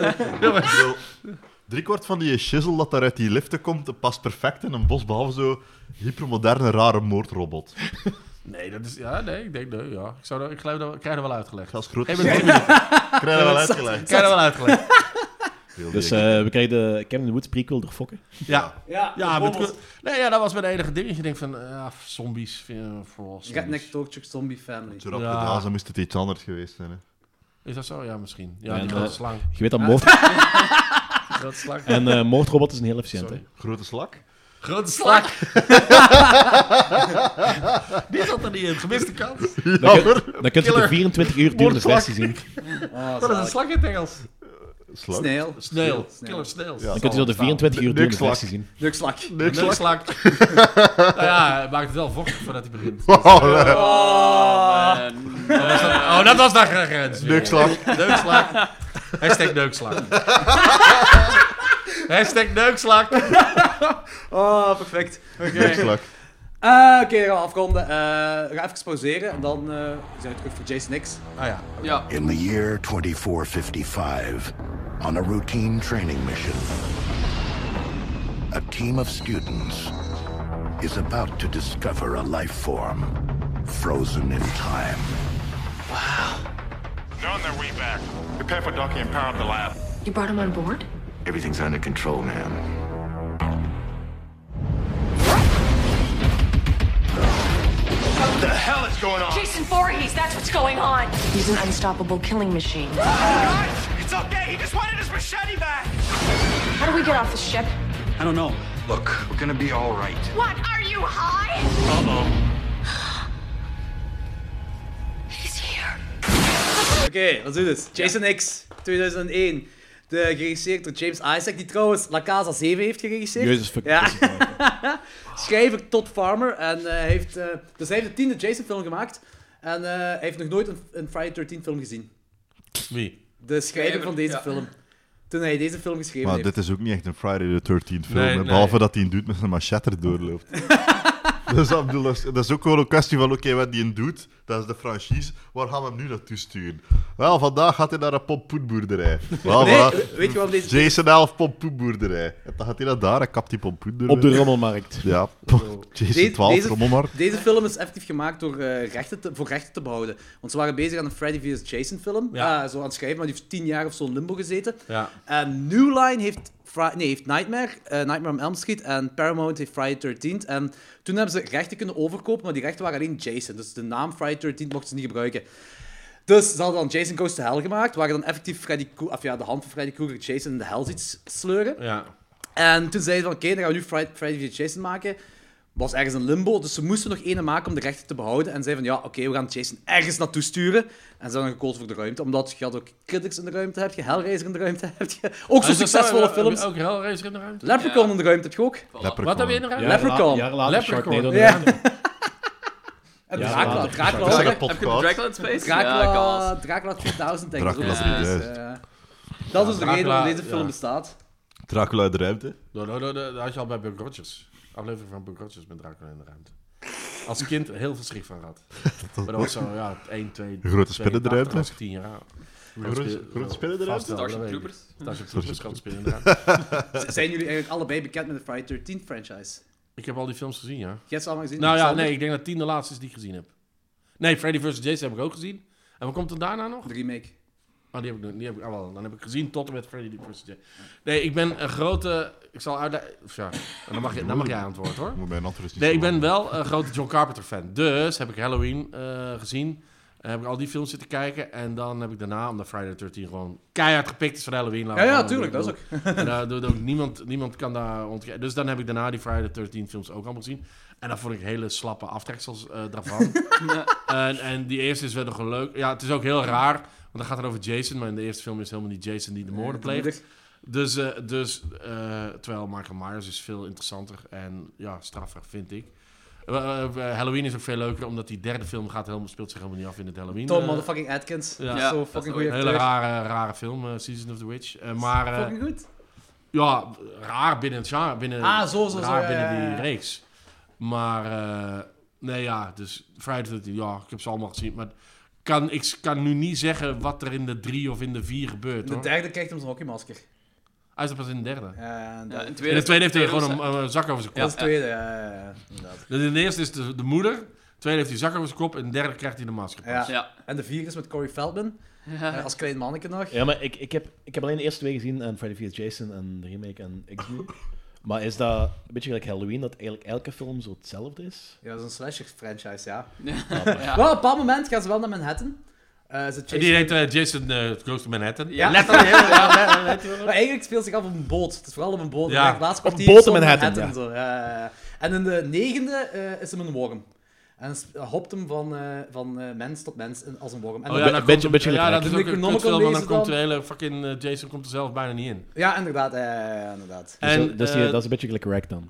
hè. Driekwart van die shizzle dat daar uit die liften komt, dat past perfect in een bos, behalve zo hypermoderne, rare moordrobot. Nee, dat is... Ja, nee, ik denk... Nee, ja. Ik, zou dat, ik, geloof dat, ik krijg dat wel uitgelegd. Als groot Geef me drie minuten. krijg je wel uitgelegd. Ik krijg dat wel uitgelegd. Heel Dus dik. eh, we krijgen de Cabin in the Woods prequel door Fokke. Ja. Ja, Ja, dat met, nee, ja, dat was mijn enige dingetje. Ik denk van, eh, ja, zombies. vind je, vooral zombies. Redneck Torture Zombie Family. Zo rap Ja. gedaan, dan moest het iets anders geweest zijn. Hè. Is dat zo? Ja, misschien. Ja, En, die grote eh, slang. Je weet dat moord... Grote slang. en eh, moordrobot is een heel efficiënt, Sorry. hè. Grote slak? Grote slang. Die zat er niet in. Gemiste kans. Dan, kun, dan kun je de Killer. vierentwintig uur durende Moordslak. versie zien. Ah, Dat is een zalig. slang in het Engels. Slak? Snail. Snail. Snail. Killer snails. Ja. Dan kun je zo de vierentwintig uur durende Neukslak. versie zien. Nukslak. Nee, Leuk slak. slag. Nou ja, hij maakt het wel vochtig voordat hij begint. Oh, nee. Oh, man. Oh, dat was daar grens. Neukslag. Neukslag. Hashtag neukslag. Hashtag neukslag. Oh, perfect. Oké. Neukslag. Eh, Oké, dan gaan we afronden. Eh, we gaan even pauzeren en dan eh, zijn we terug voor Jason X. Ah ja. Ja. In the year twenty-four fifty-five, on a routine training mission, a team of students is about to discover a life form frozen in time. They're on their way back. Prepare for docking and power up the lab. You brought him on board? Everything's under control, ma'am. What the hell is going on? Jason Voorhees, that's what's going on. He's an unstoppable killing machine. Guys, it's okay. He just wanted his machete back. How do we get off the ship? I don't know. Look, we're gonna be all right. What? Are you high? Uh-oh. He's here. Oké, let's do this. Jason X, tweeduizend één. De, geregisseerd door James Isaac, die trouwens La Casa zeven heeft geregisseerd. Jezus, fuck. Ja. Schrijver Todd Farmer. En uh, heeft, uh, dus hij heeft de tiende Jason film gemaakt. En uh, hij heeft nog nooit een, een Friday the thirteenth film gezien. Wie? De schrijver van deze Ja. film. Toen hij deze film geschreven Maar heeft. dit is ook niet echt een Friday the thirteenth film, Nee, hè, nee. behalve dat hij een dude met zijn machette er doorloopt. Dus dat, bedoel, dat, is, dat is ook gewoon een kwestie van, oké, okay, wat die een doet, dat is de franchise, waar gaan we hem nu naartoe sturen? Wel, vandaag gaat hij naar een pompoenboerderij. Wel, Nee, voilà. weet je waarom deze... Jason elf pompoenboerderij. En dan gaat hij naar daar en kapt die pompoen Op de rommelmarkt. Ja, Jason Deze- twaalf, deze- rommelmarkt. Deze film is effectief gemaakt door, uh, rechten te, voor rechten te behouden. Want ze waren bezig aan een Freddy versus. Jason film. Ja. Uh, zo aan het schrijven, maar die heeft tien jaar of zo in limbo gezeten. Ja. En New Line heeft, Fri- nee, heeft Nightmare, uh, Nightmare on Elm Street. En Paramount heeft Friday the thirteenth. En toen hebben ze rechten kunnen overkopen, maar die rechten waren alleen Jason. Dus de naam Friday the thirteenth mochten ze niet gebruiken. Dus ze hadden dan Jason Goes to Hell gemaakt, waar je dan effectief Freddy Kru- of ja, de hand van Freddy Krueger Jason in de hel ziet sleuren. Ja. En toen zeiden ze van, oké, dan gaan we nu Friday, Friday versus. Jason maken. Was ergens een limbo, dus ze moesten nog ene maken om de rechten te behouden. En zeiden van, ja, oké, we gaan Jason ergens naartoe sturen. En ze hebben dan gekozen voor de ruimte, omdat je had ook Critics in de ruimte, heb je Hellraiser in de ruimte, heb je ook zo Is dat succesvolle zo? films. Ook Hellraiser in de ruimte? Leprechaun Ja. in de ruimte heb je ook. Leprechaun. Wat heb je in de ruimte? Ja, Leprechaun. Jaar later Leprechaun. Sharknado. Ja. Ja. En Ja, Dracula, later. Dracula, Dat is ook, hè. een Heb je podcast. Dracula in Space? Dracula, Ja, kan. Dracula tweeduizend, denk ik. Dracula ook. drieduizend. Dus, eh, dat is dus de Dracula, reden waarom deze film ja. bestaat. Dracula uit de ruimte. Dat had je al bij Buck Rogers. Aflevering van Buck Rogers met Dracula in de ruimte. Als kind heel veel schrik van gehad. Maar dat was zo, ja, één, twee... Een grote spin in de ruimte. was ik tien jaar oud. Grote- grote spin in de ruimte? Starship Troopers. Starship Troopers, grote spin in de ruimte. Z- Zijn jullie eigenlijk allebei bekend met de Friday the thirteenth franchise? Ik heb al die films gezien, ja. Jij hebt ze allemaal gezien? Nou ja, Sander? nee, ik denk dat tien de laatste is die ik gezien heb. Nee, Freddy versus. Jason heb ik ook gezien. En wat komt er daarna nog? De remake. Oh, die heb ik, nog- die heb ik ah, wel. Dan heb ik gezien tot en met Freddy versus. Jason. Nee, ik ben een grote... Ik zal uitleggen... of Ja, dan mag, je, dan mag jij antwoorden, hoor. Moet bij een antwoord niet Nee, zo ik ben lang. wel een grote John Carpenter fan. Dus heb ik Halloween eh, gezien. En heb ik al die films zitten kijken. En dan heb ik daarna, omdat Friday the thirteenth gewoon keihard gepikt is van Halloween. laten Ja, we ja, gewoon- tuurlijk, dat is ook. En daar doet ook niemand, niemand kan daar ontkennen. Dus dan heb ik daarna die Friday the thirteenth films ook allemaal gezien. En dan vond ik hele slappe aftreksels eh daarvan. en, en die eerste is wel nog een leuk. Ja, het is ook heel raar. Want dan gaat het over Jason. Maar in de eerste film is het helemaal niet Jason die de moorden pleegt. Dus, eh, dus eh, terwijl Michael Myers is veel interessanter en ja, straffer, vind ik. Uh, uh, Halloween is ook veel leuker, omdat die derde film gaat helemaal, speelt zich helemaal niet af in het Halloween. Tom uh, motherfucking Atkins. ja. Ja, Ja, zo dat is fucking ook goede Een hele acteur. rare, rare film, uh, Season of the Witch. Uh, maar uh, Fucking goed. ja, raar binnen het genre, binnen, Ah, zo, zo, zo, raar ja, binnen ja, ja. die reeks. Maar uh, nee, ja, dus Friday the thirteenth, ja, ik heb ze allemaal gezien. Maar kan, ik kan nu niet zeggen wat er in de drie of in de vier gebeurt. De Hoor. derde krijgt hem zijn hockeymasker. Hij is er pas in de derde. Ja, en Ja, dat- in In de tweede heeft hij gewoon dus, een, een zak over zijn kop. dat is de tweede, ja, ja, ja, inderdaad. Dus in de eerste is de, de moeder, de tweede heeft hij zak over zijn kop en de derde krijgt hij de masker. Ja. Ja. En de vierde is met Corey Feldman, eh, als klein manneke nog. Ja, maar ik, ik, heb, ik heb alleen de eerste twee gezien, en Freddy versus. Jason en de remake en X-Men. Maar is dat een beetje gelijk Halloween, dat eigenlijk elke film zo hetzelfde is? Ja, dat is een slasher-franchise, ja. Ja. Wel, op een bepaald moment gaan ze wel naar Manhattan. Eh, zit En Jason- die heet uh, Jason uh, Goes to Manhattan. Ja. Letterlijk. ja, ja, weet je wel. Maar eigenlijk speelt zich af op een boot. Het is vooral op een boot. Ja. Ja. Het laatste Op een kwartier boot is zo in Manhattan, en zo. Ja, ja, ja. En in de negende eh, is hem een worm. En s- hopt hem van, eh, van eh, mens tot mens in- als een worm. En Oh dan- ja, dan beetje- komt, beetje ja, gelijk dat is Crack. ook een Economical kutfilm, want dan lezen komt de dan. hele fucking uh, Jason komt er zelf bijna niet in. ja, inderdaad. Ja, ja, ja, inderdaad. Dus, En, dat, dus die, eh, dat is een beetje gelijk Wreck dan.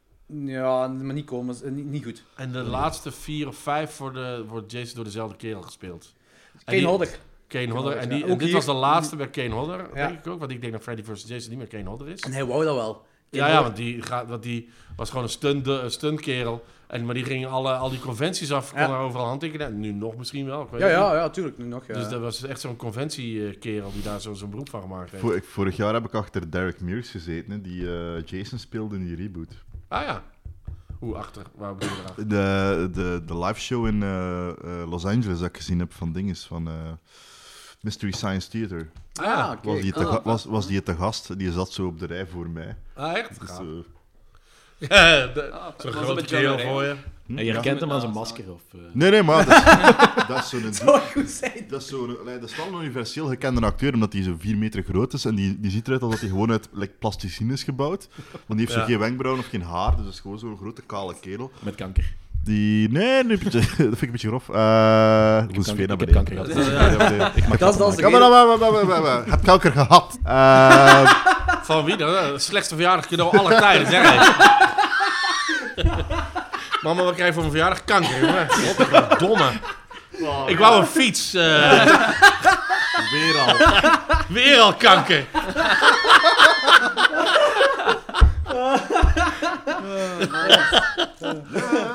Ja, maar niet komen. eh, Niet, niet goed. En de laatste vier of vijf worden, wordt Jason door dezelfde kerel gespeeld. En Kane die- Hodder. Kane Hodder. En, ja. die, en Ook dit hier- was de laatste bij Kane Hodder, Ja. denk ik ook. Want ik denk dat Freddy versus. Jason niet meer Kane Hodder is. En hij wou dat wel. Ja, ja, want die, gaat, want die was gewoon een stunt, een stuntkerel. En, maar die ging alle, al die conventies af, kon Ja. er overal handtekenen. Nu nog misschien wel, ik weet Ja, het ja, niet. ja, tuurlijk. Nu nog. Ja. Dus dat was echt zo'n conventiekerel die daar zo- zo'n beroep van gemaakt heeft. Vor- vorig jaar heb ik achter Derek Mears gezeten, hè, die eh, Jason speelde in die reboot. Ah ja. Hoe achter? Waar bedoel je erachter? De, de, de live show in eh, eh, Los Angeles dat ik gezien heb van dinges, van eh, Mystery Science Theater. Ah, ja. oké. Was die, te, Ah, ga- was, was die te gast, die zat zo op de rij voor mij. Ah, echt? Dus, Gaaf. eh, Ja, de- Ah, zo'n was grote met John kerel Murray, voor je. hm? En je Ja. herkent hem aan Ja, zijn ja. masker? Of, eh? Nee, nee, maar dat is, dat is zo'n... zou goed zijn. Dat is, zo'n, allee, dat is wel een universeel gekende acteur, omdat hij zo vier meter groot is. En die, die ziet eruit alsof hij gewoon uit like, plasticine is gebouwd. Want die heeft zo Ja. geen wenkbrauwen of geen haar, dus dat is gewoon zo'n grote kale kerel. Met kanker. Die... Nee, nee, dat vind ik een beetje grof. Uh, Ik Hoe heb Sven naar kanker- ik heb beneden. kanker Ja, ja, ja. Ik mag Dat is- dat is de Ja, maar, maar, maar, maar, maar, maar, maar. Heb kanker gehad. Uh, Van wie dan? Het slechtste verjaardag cadeau aller tijden, zeg hij. Mama, wat krijg je voor mijn verjaardag? Kanker, jongen. Godverdomme. Ik wou een fiets. eh, weer al. weer al kanker.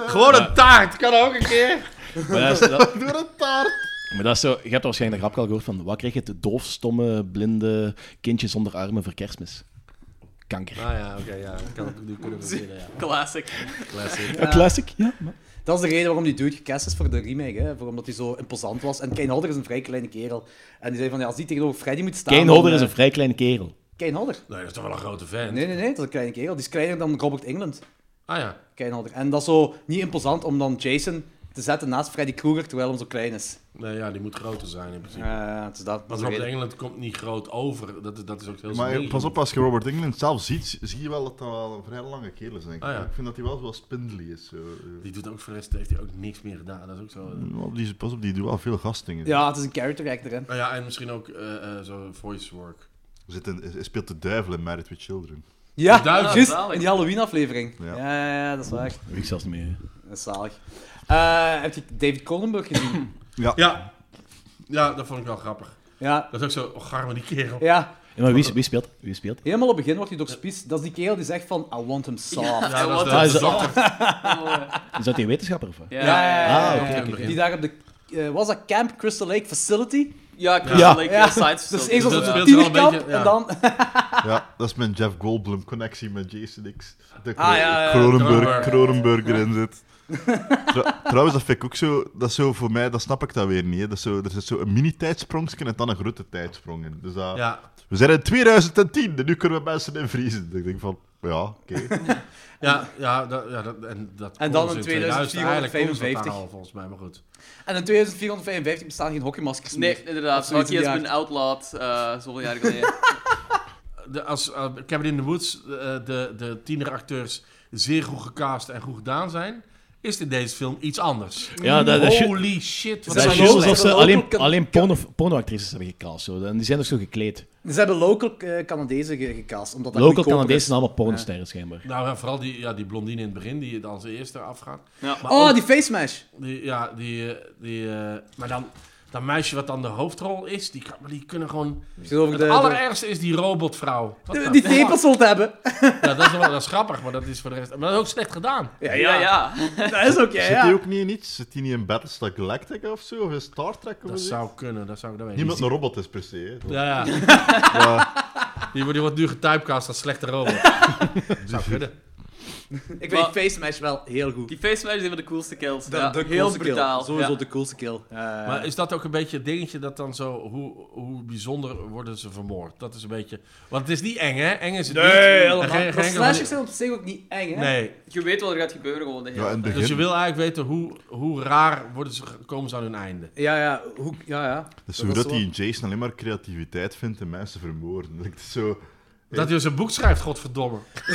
Gewoon een taart, kan ook een keer. Maar dat is, dat, Door een taart. maar dat is zo... Je hebt waarschijnlijk de grap al gehoord van... Wat krijg je het doof, stomme, blinde kindje zonder armen voor kerstmis? Kanker. Ah ja, oké, ja. Ik kan het nu kunnen verzinnen, ja. Classic. Classic. Een classic, ja. maar- Dat is de reden waarom die dude gecast is voor de remake, hè. Voor omdat hij zo imposant was. En Kane Hodder is een vrij kleine kerel. En die zei van, ja, als die tegenover Freddy moet staan... Kane dan, Hodder is eh, een vrij kleine kerel. Kane Hodder? Nee, dat is toch wel een grote fan. Nee, nee, nee, dat is een kleine kerel. Die is kleiner dan Robert Englund. Ah ja. Kane Hodder. En dat is zo niet imposant om dan Jason te zetten naast Freddy Krueger, terwijl hij zo klein is. Nee, ja, die moet groter zijn in principe. Uh, het is dat. Want dat is Robert de reden. Englund komt niet groot over. Dat is, dat is ook heel Maar zijn pas op, als je Robert Englund zelf ziet, zie je wel dat dat wel een vrij lange kerel is, denk ik. Ah, ja. Ik vind dat hij wel wel spindly is. Zo. Die doet ook voor de rest, heeft hij ook niks meer gedaan. Dat is ook zo. Wel, die, pas op, die doet wel veel gastingen. Ja, het is een character actor, hè. Nou ja, en misschien ook uh, uh, zo voice work. Hij zit in- hij speelt de duivel in Married with Children. Ja, De duivel. juist, Zalig. in die Halloween-aflevering. Ja. Ja. Ja, ja, dat is waar. Weet ik zelfs niet meer. Dat is zalig. Uh, heb je David Cronenberg gezien? Ja. Ja. Ja, dat vond ik wel grappig. Ja. Dat is ook zo, oh, garme die kerel. Ja. Ja, maar wie, wie speelt? Wie speelt? Helemaal op het begin wordt hij door Spies. Dat is die kerel die zegt van, I want him soft. Ja, Ja, dat wat is Ah, de, is de dat- dokter. Is dat die wetenschapper of wat? Ja, Ja, ja, ja, Ah, ja, oké, ja. oké, oké. Die daar op de... uh, was dat Camp Crystal Lake Facility? Ja, Crystal Ja. Lake Ja. uh, Science Dus Facility. eerst was dat het een speelt wel een tienerkamp beetje, ja. en dan... Ja, dat is mijn Jeff Goldblum-connectie met Jason X. De Ah, ja, ja. Cronenberg, Cronenberg. Cronenberg erin zit. Tra- trouwens, dat vind ik ook zo... Dat is zo voor mij, dat snap ik dat weer niet. Hè. Dat is zo, er zit zo een mini-tijdsprongje en dan een grote tijdsprong in. Dus dat, Ja. we zijn in twintig tien en nu kunnen we mensen invriezen. Ik denk van, ja, oké. Ja, ja, dat, ja dat, en dat En dan konden ze in tweeduizend Eigenlijk konden ze dat tweeduizendvierhonderdvijfenvijftig. daar al, volgens mij, maar goed. En in tweeduizend vierhonderdvijfenvijftig bestaan geen hockeymaskers meer. Nee, inderdaad. Of zoiets Hockey in has die been outlawed uh, zoveel jaar geleden. De, als uh, Cabin in the Woods uh, de, de tieneracteurs zeer goed gecast en goed gedaan zijn, is het in deze film iets anders. Ja, dat, dat is ju- Holy shit, wat dat zijn is zijn zo juist slecht. alsof ze local alleen, can- alleen porno, pornoactrices hebben gecast. Zo. En die zijn ook zo gekleed. Ze hebben local uh, Canadezen ge- gecast. Omdat dat Local goedkoper Canadezen is. zijn allemaal pornosterren schijnbaar. Nou ja, vooral die, ja, die blondine in het begin, die als eerste afgaat. Ja. Maar Oh, ook die face smash. die, ja, die, eh, die uh, maar dan, dat meisje wat dan de hoofdrol is, die, kan- maar die kunnen gewoon... Zit over Het de, de, allerergste is die robotvrouw. Wat de- de die fuck? tepels zult hebben. Ja, dat is, wel, dat is grappig, maar dat is voor de rest... Maar dat is ook slecht gedaan. Ja, Ja, ja. Dat is ook, ja. Zit hij ja. ook niet in iets? Zit hij niet in Battlestar Galactica of zo? Of in Star Trek of Dat zo? zou kunnen, dat zou ik dan weten. Niemand een robot is per se. Hè. Ja, ja. Ja. Die, wordt- die wordt nu getypecast als slechte robot. zou kunnen. Ik Maar- vind die face smash wel heel goed. Die face smash is een van de coolste kills. De- Ja, de heel coolste brutaal. Kill. Sowieso Ja. de coolste kill. Uh, Maar is dat ook een beetje het dingetje dat dan zo... Hoe, hoe bijzonder worden ze vermoord? Dat is een beetje... Want het is niet eng, hè? Eng is het niet. nee, En helemaal. geen- geen Maar enkele- slashers zijn op zich ook niet eng, hè? Nee. Je weet wat er gaat gebeuren gewoon. De hele Ja, in het tijd. begin. Dus je wil eigenlijk weten hoe, hoe raar worden ze, komen ze aan hun einde. Ja, ja. Hoe, ja, ja. Dus Dat hoe is dat zo. hij in Jason alleen maar creativiteit vindt en mensen vermoorden. Dat is zo... Dat hij dus een boek schrijft, godverdomme.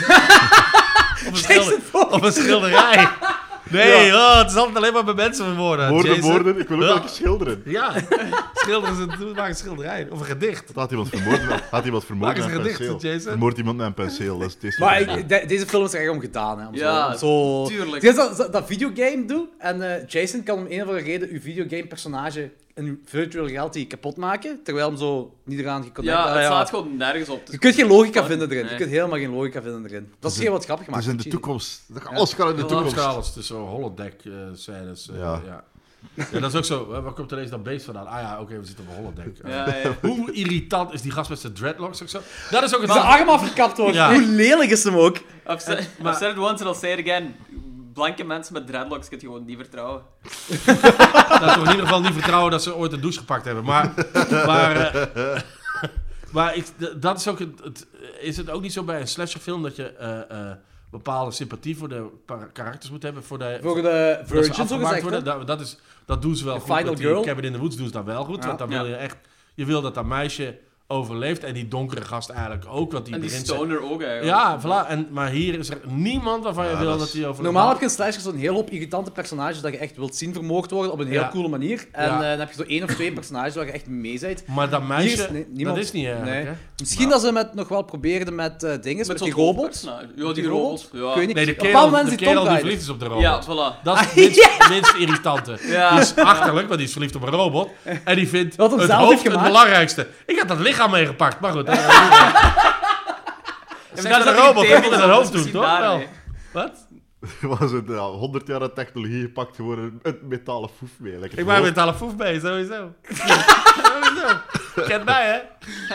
Op een, schilder, op een schilderij. Nee, oh, het is altijd alleen maar bij mensen vermoorden. Woorden, Jason. woorden, ik wil ook Ja. wel eens schilderen. Ja, schilderen ze, doe maar een schilderij. Of een gedicht. Had iemand vermoord met, had iemand vermoord Maak eens met een een gedicht, penseel. Jason. Vermoord iemand met een penseel, dat is het eerste. Maar wat ik ik, de- deze film is er echt om gedaan, hè. Om Ja, zo, om zo... tuurlijk. Het is dat, dat, dat videogame doet, en eh, Jason kan om een of andere reden uw videogame-personage in virtual reality kapot maken, terwijl hem zo niet eraan geconnect Ja, Ah, het slaat gewoon nergens op. Je kunt geen logica Fuck. vinden erin. Je Nee. kunt helemaal geen logica vinden erin. Dat is geen wat grappig Dat is gemaakt. in de toekomst. Dat kan- Ja. Alles kan in de Ja, toekomst. Alles, het is zo holodeck-scènes. Uh, Ja. ja. Ja, dat is ook zo. Waar komt ineens dat beest vandaan? Ah ja, oké, we zitten op een holodeck. Uh, Ja, ja. Hoe irritant is die gast met zijn dreadlocks ook zo? Dat is ook het... Zijn arm afgekapt wordt. Ja. Hoe lelijk is hem ook? I've said, I've said it once and I'll say it again. Blanke mensen met dreadlocks kun je gewoon niet vertrouwen. Dat toch in ieder geval niet vertrouwen dat ze ooit een douche gepakt hebben. Maar, maar, eh, maar ik, d- dat is ook het, het... Is het ook niet zo bij een slasherfilm dat je eh, eh, bepaalde sympathie voor de pa- karakters moet hebben? Voor de, Voor de dat ze Virgin, zo afgemaakt gezegd. worden? hè? Dat, dat, is, dat doen ze wel De goed. Final Met die Girl. Cabin in the Woods doen ze dat wel goed. Ja. Want dan Ja. wil je echt... Je wil dat dat meisje overleeft. En die donkere gast eigenlijk ook. Want die En die begint ze- stoner ook eigenlijk. Ja, voilà. En, maar hier is er niemand waarvan je Ja, wil dat dat is- hij overleeft. Normaal heb je in slashers zo'n heel hoop irritante personages dat je echt wilt zien vermoord worden op een heel Ja. coole manier. En Ja. eh, dan heb je zo één of twee personages waar je echt mee bent. Maar dat Hier meisje, is nee, niemand- dat is niet eigenlijk, nee. hè? Misschien dat ze met, nog wel probeerden met eh dingen, met, Met die zo'n robot. hoofdpersonage. Ja, die robot. Ja. Ik weet niet. Nee, de Op een bepaald kerel, moment de is die kerel Tomb die Raider. verliefd is op de robot. Ja, voilà. Dat is Ah, het minst, minst irritante. Ja. Die is achterlijk, want die is verliefd op een robot. En die vindt Wat hem het zelf hoofd heeft het gemaakt. belangrijkste. Ik had dat lichaam meegepakt, maar goed. Dat, Ja, dat maar is daar een zat robot, ik hè, tegen die met op, een dus hoofd doet, misschien toch? Wel. daarmee. Wat? was het ja, honderd jaar technologie gepakt geworden, een metalen foef mee. Like, Ik ben met alle foef mee, sowieso. Sowieso. Ken mij, hè?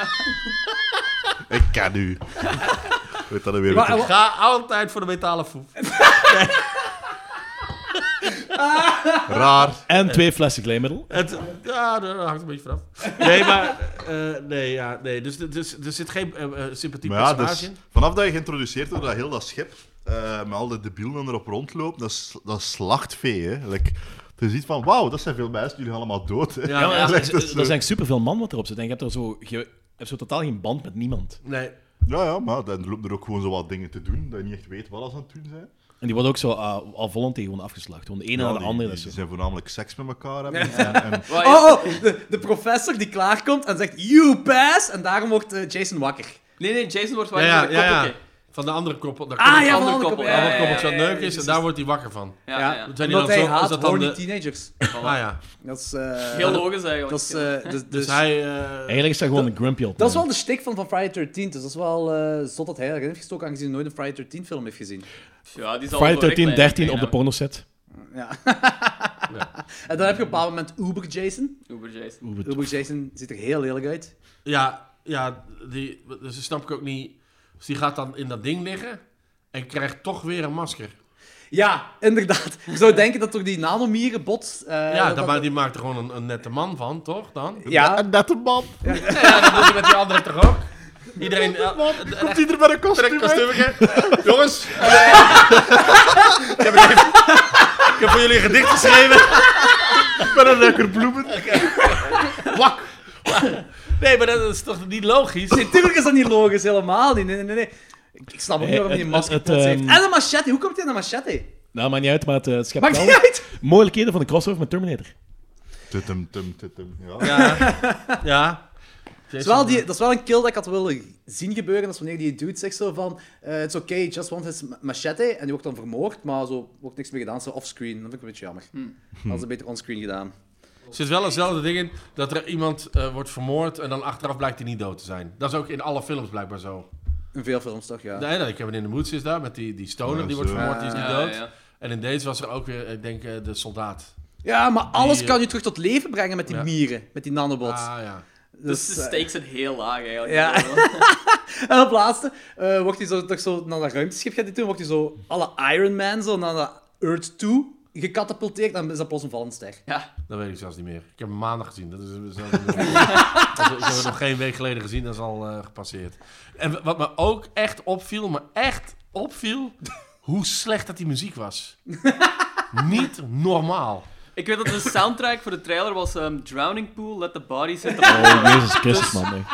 Ik ken u. Weet dat er weer Maar- met- Ga altijd voor de metalen foef. Raar. En twee flessen glijmiddel. Het, ja, daar hangt een beetje vanaf. Nee, maar... Uh, nee, ja, nee. Dus, dus er zit geen uh, sympathiek Maar ja, personage dus, in. vanaf dat je geïntroduceerd wordt, dat heel dat schip, uh, met al die debielen erop rondlopen, dat is, dat is slachtvee, hè. Like, je ziet van, wauw, dat zijn veel mensen, jullie gaan allemaal dood, hè. Ja, maar ja, er, Like, er, dat er is zijn zo- echt superveel man wat erop zit. En je hebt er zo, je hebt zo totaal geen band met niemand. Nee. Ja, ja, maar dan lopen er ook gewoon zo wat dingen te doen, dat je niet echt weet wat ze aan het doen zijn. En die worden ook zo uh, al volonté gewoon afgeslacht. Gewoon de ene Ja, na de die, andere. die, dat is die zo. zijn voornamelijk seks met elkaar hebben. En, en, Wat Oh, oh, de, de professor die klaarkomt en zegt, you pass, en daarom wordt uh, Jason wakker. Nee, nee, Jason wordt Ja, wakker ja, van de ja, ja. koppeltje. Van de andere koppel. Daar Ah, komt ja, het van andere de koppel. koppel, Ja, andere ja, koppeltje ja, aan het ja, neuken is ja, en daar wordt hij wakker van. Ja, ja. ja. Zijn die Omdat dan hij zo, is haat dat dan horny de... teenagers. Ah ja. Dat is... uh, Heel logisch eigenlijk. Dat is, uh, dus, Dus dus, hij... Uh, Eigenlijk is dat gewoon een grumpy old dat is man. wel de shtick van, van Friday dertien, dus dat is wel uh, zot dat hij erin heeft gestoken, aangezien hij nooit een Friday dertien film heeft gezien. Ja, die zal Friday wel dertien, richtlijnen dertien op de krijgen, pornoset. Ja. En dan heb je op een bepaald moment Uber Jason. hè. Uber Jason. Uber Jason ziet er heel lelijk uit. ja, ja, die... Dus dat snap ik ook niet. Dus die gaat dan in dat ding liggen en krijgt toch weer een masker. Ja, inderdaad. Je zou denken dat door die nanomierenbot... Uh, Ja, dat, dan, maar die maakt er gewoon een, een nette man van, toch? Dan? Ja, een nette man. Ja, dat doet hij met die andere toch ook? Iedereen... Ja, Komt ieder met een kostuum? kostuumetje. Jongens. ik, heb het even, ik heb voor jullie een gedicht geschreven. Met een lekker bloemen. Wak. Nee, maar dat is toch niet logisch? natuurlijk is dat niet logisch, helemaal niet. Nee, nee, nee, nee. Ik, ik snap ook niet waarom hij een Het- masker het, plots heeft. ehm, En een machete, hoe komt hij aan een machete? Nou, maakt niet uit, maar het, uh, het schept Maakt wel niet uit! mogelijkheden van de crossover met Terminator. Tutum, tum, tutum. Ja. Ja. Ja. Dat is, wel die, dat is wel een kill dat ik had willen zien gebeuren. Dat is wanneer die dude zegt zo van... Uh, it's okay, just want his machete. En die wordt dan vermoord, maar zo wordt niks meer gedaan. Zo offscreen. Dat vind ik een beetje jammer. Hmm. Dat is een beter onscreen gedaan. Er zit wel eenzelfde ding in dat er iemand uh, wordt vermoord en dan achteraf blijkt hij niet dood te zijn. Dat is ook in alle films blijkbaar zo. In veel films toch, ja. Nee, nee, ik heb het in de Moods is daar met die, die stoner Ja, die wordt zo. vermoord, die is niet Ja, dood. ja. En in deze was er ook weer, ik denk, uh, de soldaat. Ja, maar alles Die, uh, kan je terug tot leven brengen met die ja. mieren. Met die nanobots. Ah, ja. Dus de eh, stakes zijn heel laag eigenlijk. Ja. En op laatste uh, wordt hij zo, toch zo naar dat ruimteschip gaat hij doen, wordt hij zo alle Iron Man zo naar de Earth twee gecatapulteerd, dan is dat plots een vallende ster. Ja. Dat weet ik zelfs niet meer. Ik heb hem maandag gezien. Dat is, dat is, dat is, dat hebben we nog geen week geleden gezien. Dat is al uh, gepasseerd. En wat me ook echt opviel, maar echt opviel, hoe slecht dat die muziek was. Niet normaal. Ik weet dat de soundtrack voor de trailer was um, Drowning Pool, Let the Bodies Hit the Oh, Floor. Jezus Christus, man. Nee.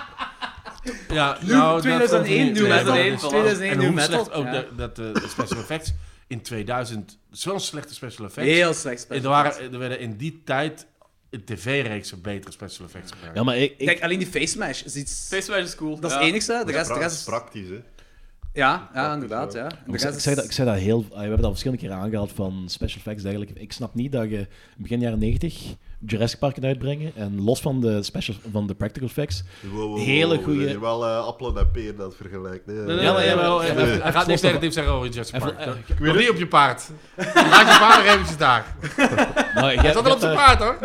Ja, Nu, nou, tweeduizend één, dat- New Metal. tweeduizend één, tweeduizend één, En New hoe Metal. slecht ook Ja. de, dat, uh, de special effects in tweeduizend... Zo'n slechte special effects. Heel slecht er, special waren, effects. er werden in die tijd in tv-reeksen betere special effects gebruikt. Ja, maar ik... ik Kijk, alleen die face smash is iets... Face Smash is cool. Dat is Ja. het enigste, de Dat rest, de is rest is... praktisch, hè. Ja, ja, inderdaad, ja. De Ik rest zei, ik, is- zei dat, ik zei dat heel... We hebben dat verschillende keren aangehaald van special effects eigenlijk. Ik snap niet dat je begin jaren negentig Jurassic Park kunt uitbrengen en los van de, special, van de practical effects... Wow, wow, wow, Hele we zijn goeie- hier wel uh, appelen en peren dat vergelijkt. Nee, Nee, nee, Ja, maar nee, ja, wel, maar- even- even- Hij even gaat niks los negatiefs zeggen over Jurassic Even- Park. eh, Nog niet op je paard. Laat je paard er eventjes daar. Nou, je, Hij hebt- zat je al op hebt zijn daar- paard, hoor.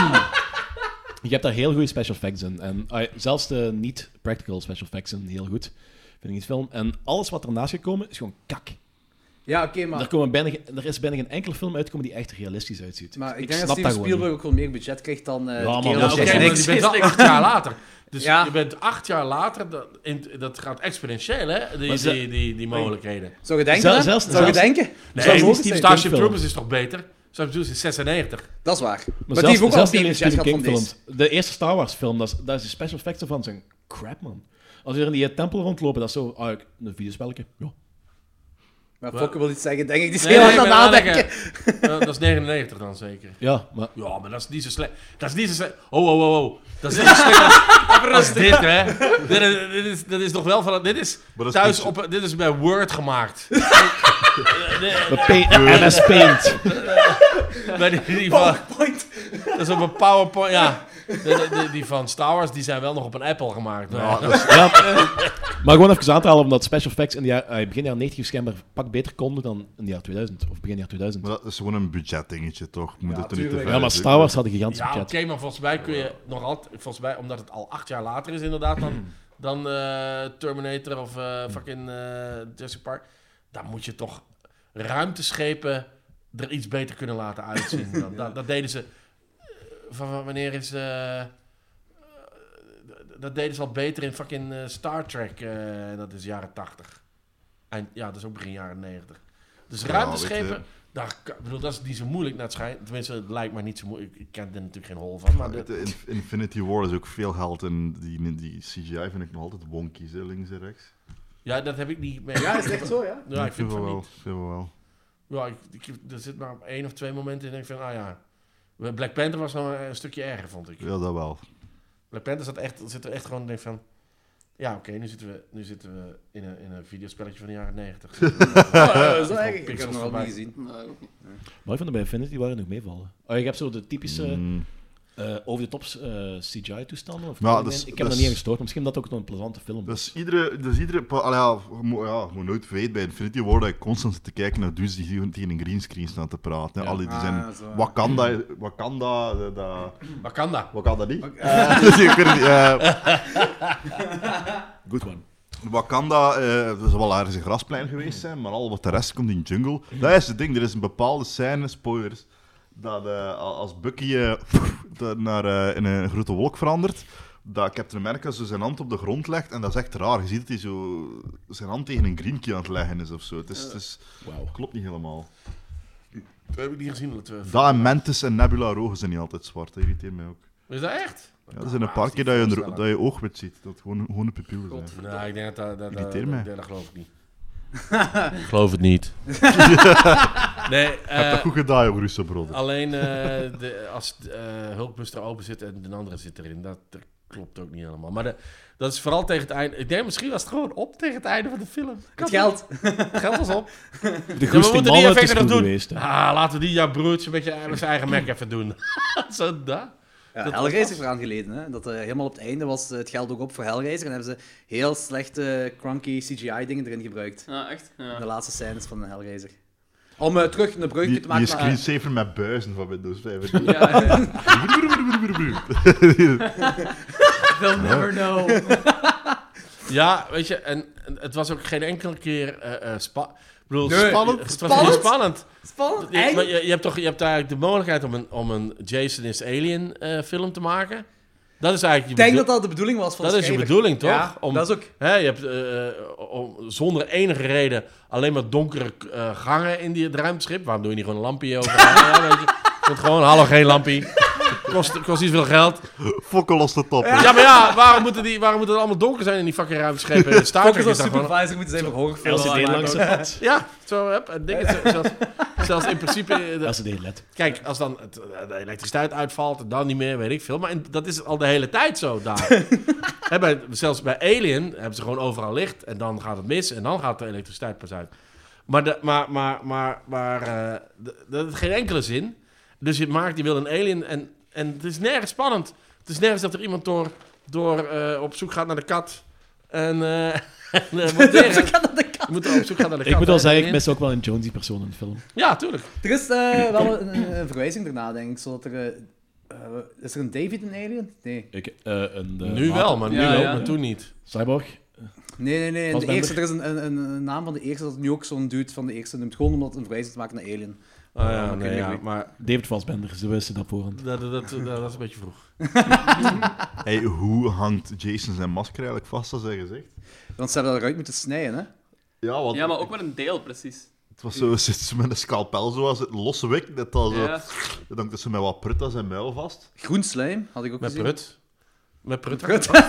je hebt daar heel goede special effects in. En uh, zelfs de niet-practical special effects zijn heel goed, vind ik in die film. En alles wat ernaast gekomen is gewoon kak. Ja, oké, maar... Er, komen bijna, ge- er is bijna geen enkele film uitgekomen die echt realistisch uitziet. Maar ik, ik denk dat snap Steven gewoon Spielberg ook wel meer budget krijgt dan uh, Ja, de man, kerel dat als is Oké, echt Jason maar X. je bent wel acht jaar later. Dus Ja. je bent acht jaar later, dat, in, dat gaat exponentieel, hè, die, Maar ze- die, die, die mogelijkheden. Zou je denken, Zelfs- hè? zelfs- Zou je zelfs- denken? Nee, Zou die mogen Steve zijn. Star- Starship film. Troopers is toch beter? Starship Troopers is zesennegentig. Dat is waar. Maar, Maar die zelfs, heeft ook wel zelfs meer die budget Stephen gehad King van deze. films. De eerste Star Wars film, dat is, dat is de special effects ervan zijn crap, man. Als je er in die tempel rondlopen, dat is zo... Ah, ik- een videospelletje. Ja. Maar Fokke wil iets zeggen, denk ik. Die is Nee, heel nee, hard ik aan ben het aan nadenken. Uh, dat is negenennegentig dan zeker. Ja, maar... Ja, maar dat is niet zo slecht. Dat is niet zo slecht. Oh, oh, oh, oh. Dat is niet zo slecht als, als dit, hè. Dit is, dit, is, dit is nog wel van... Dit is Maar dat is thuis niet op... Dit is bij Word gemaakt. Met Paint- M S Paint. Bij die, die van, Point. dat is op een PowerPoint, ja. de, de, de- die van Star Wars, die zijn wel nog op een Apple gemaakt. Ja, Maar- dat is- Ja, maar gewoon even aan te halen, omdat special effects in de jaar, eh, begin jaren negentig schijnbaar pak beter konden dan in de jaar tweeduizend. Of begin jaar tweeduizend. maar dat is gewoon een budgetdingetje, toch? Moet Ja, het er niet te tuurlijk. ver Ja, maar zoeken. Star Wars had een gigantisch Ja, oké, budget. maar volgens mij kun je nog altijd... Volgens mij, omdat het al acht jaar later is inderdaad dan, dan eh, Terminator of eh, fucking eh Jurassic Park. Dan moet je toch ruimteschepen er iets beter kunnen laten uitzien. dat, dat, dat deden ze... eh, Van van wanneer is... eh, eh, dat deden ze al beter in fucking eh, Star Trek. eh, dat is jaren tachtig. En ja, dat is ook begin jaren negentig. Dus Ja, ruimteschepen... weet je. Daar, kan- ik bedoel, dat is niet zo moeilijk naar het schijnt. Tenminste, het lijkt me niet zo moeilijk. Ik ken er natuurlijk geen hol van. Maar de- Weet je, in- Infinity War is ook veel geld en die, die C G I vind ik nog altijd wonky, hè, links en rechts. ja, dat heb ik niet mee. Ja, is het echt zo, ja? Ja, ik vind wel van wel. niet. Vind wel wel. Ja, ik, ik, er zit maar op één of twee momenten in en ik van, ah ja. Black Panther was nog een stukje erger, vond ik. Ja, dat wel. Black Panther zat, echt, zit er echt gewoon denk van... Ja, oké, nu zitten we, nu zitten we in, een, in een videospelletje van de jaren negentig. Oh, ja, zo eigenlijk. Ik Pixels heb het nog wel voorbij. niet gezien. Nee, ook niet. Maar ik vond er bij Infinity waren nog meevallen. Oh, je hebt zo de typische Mm. eh over-de-top eh, C G I-toestanden. Of Ja, ik dat is- ik heb dat er is- niet aan gestoord, maar misschien dat ook nog een plezante film. Dus iedere... Dus iedere pa- allee, ja, je moet, ja, je moet nooit weten bij Infinity War dat je constant zit te kijken naar dudes die hier tegen een greenscreen staan te praten. hè. Ja. Allee, die Ah, zijn... zo. Wakanda... Wakanda... Dat... dat Wakanda. Wakanda niet? Dus ik weet het niet. eh, Good one. Wakanda, eh er is wel ergens een grasplein geweest zijn, maar al wat de rest komt in jungle. Dat is het ding, er is een bepaalde scène, spoilers, dat eh, als Bucky eh, dat naar, eh, in een grote wolk verandert, dat Captain America zo zijn hand op de grond legt en dat is echt raar. Je ziet dat hij zo zijn hand tegen een green key aan het leggen is of zo. Het is, het is, Wauw. klopt niet helemaal. Dat heb ik niet gezien. Dat, we... Dat en Mantis en Nebula ogen zijn niet altijd zwart, dat irriteert mij ook. Is dat echt? Ja, er zijn een paar keer dat je, een, dat je oogwit ziet, dat het gewoon, gewoon een pupillen zijn. Nou, ik denk dat dat... dat, dat, Irriteer dat, mij. dat, dat geloof ik niet. Ik geloof het niet. nee, Je hebt eh, dat goed gedaan, joh, Russo, broder. alleen eh, de, als uh, Hulkbuster open zit en de andere zit erin, dat, dat klopt ook niet helemaal. Maar de, dat is vooral tegen het einde. Ik denk misschien was het gewoon op tegen het einde van de film. Het geld. Het geld was op. De Ja, we goesting moeten die mannen, het is effecten nog goed doen. geweest. hè. Ah, laten we die jouw broertje een beetje met zijn eigen Mac even doen. Zo dat. Ja, Dat Hellraiser was- eraan geleden. Hè? Dat, eh, helemaal op het einde was eh, het geld ook op voor Hellraiser. En hebben ze heel slechte, cranky C G I-dingen erin gebruikt. Ja, echt? De Ja. laatste scènes van Hellraiser. Om eh, terug een bruggetje Die, te maken die naar... screensaver met buizen van Windows vijf. Ja, ja. They'll never know. Ja, weet je, en, en het was ook geen enkele keer eh eh spa ik bedoel, Nee. spannend. Het was Spannend? niet spannend. Spannend. Je, maar je, je hebt toch je hebt eigenlijk de mogelijkheid om een, om een Jason is Alien eh, film te maken. Dat is eigenlijk je Ik denk bedoel- dat dat de bedoeling was van dat de is je schrijver. bedoeling, toch? Ja, Om- dat is ook... Hè, je hebt eh, om, zonder enige reden alleen maar donkere eh, gangen in die, het ruimteschip. Waarom doe je niet gewoon een lampje over? Ja, weet je. Je kunt gewoon, hallo, geen lampje. Kost, kost niet veel geld. Fokken los de top. Ja, maar ja, waarom moeten, die, waarom moeten het allemaal donker zijn in die fucking ruimteschepen? Star Trek Focus is als dat gewoon... supervisor moeten zijn voor horrorfilms. L C D langs het pad. Ja, zo heb. En dingen, zelfs, zelfs in principe... eh, de- L C D L E D. Kijk, als dan het, de elektriciteit uitvalt en dan niet meer, weet ik veel. Maar in- dat is al de hele tijd zo daar. Hè, bij, zelfs bij Alien hebben ze gewoon overal licht en dan gaat het mis en dan gaat de elektriciteit pas uit. Maar, de, maar, maar, maar, maar eh, de- dat heeft geen enkele zin. Dus je maakt, je wil een alien en, en het is nergens spannend. Het is nergens dat er iemand door, door eh, op zoek gaat naar de kat. En, eh en eh, moet leren. Je moet er op zoek gaan naar de kat. Ik moet wel hè, zeggen, ik alien. mis ook wel een Jonesy-persoon in de film. Ja, tuurlijk. Er is eh, wel een, een verwijzing daarna, denk ik. Zodat er, eh, eh, is er een David in Alien? Nee. Ik, eh, een, eh, Nu wel, maar nu Ja, ook, ja. maar toen niet. Cyborg. Nee, nee, nee. De Fassbender? eerste, er is een, een, een, een naam van de eerste dat nu ook zo'n dude van de eerste noemt. Gewoon om dat een verwijzing te maken naar Alien. Ah, ja, dat nee, kun je ja, niet. maar David Fassbender, ze wisten dat voorhand. dat, dat, dat, dat is een beetje vroeg. Hey, hoe hangt Jason zijn masker eigenlijk vast aan zijn gezicht? Want ze hebben dat eruit moeten snijden, hè? Ja, want Ja, maar ook met een deel, precies. het was zo, zit ze met een scalpel zoals het losse wik, net al zo. Ja. Dan hangt het zo met wat prut aan zijn muil vast. Groen slijm, had ik ook Met gezien. prut. Met prut.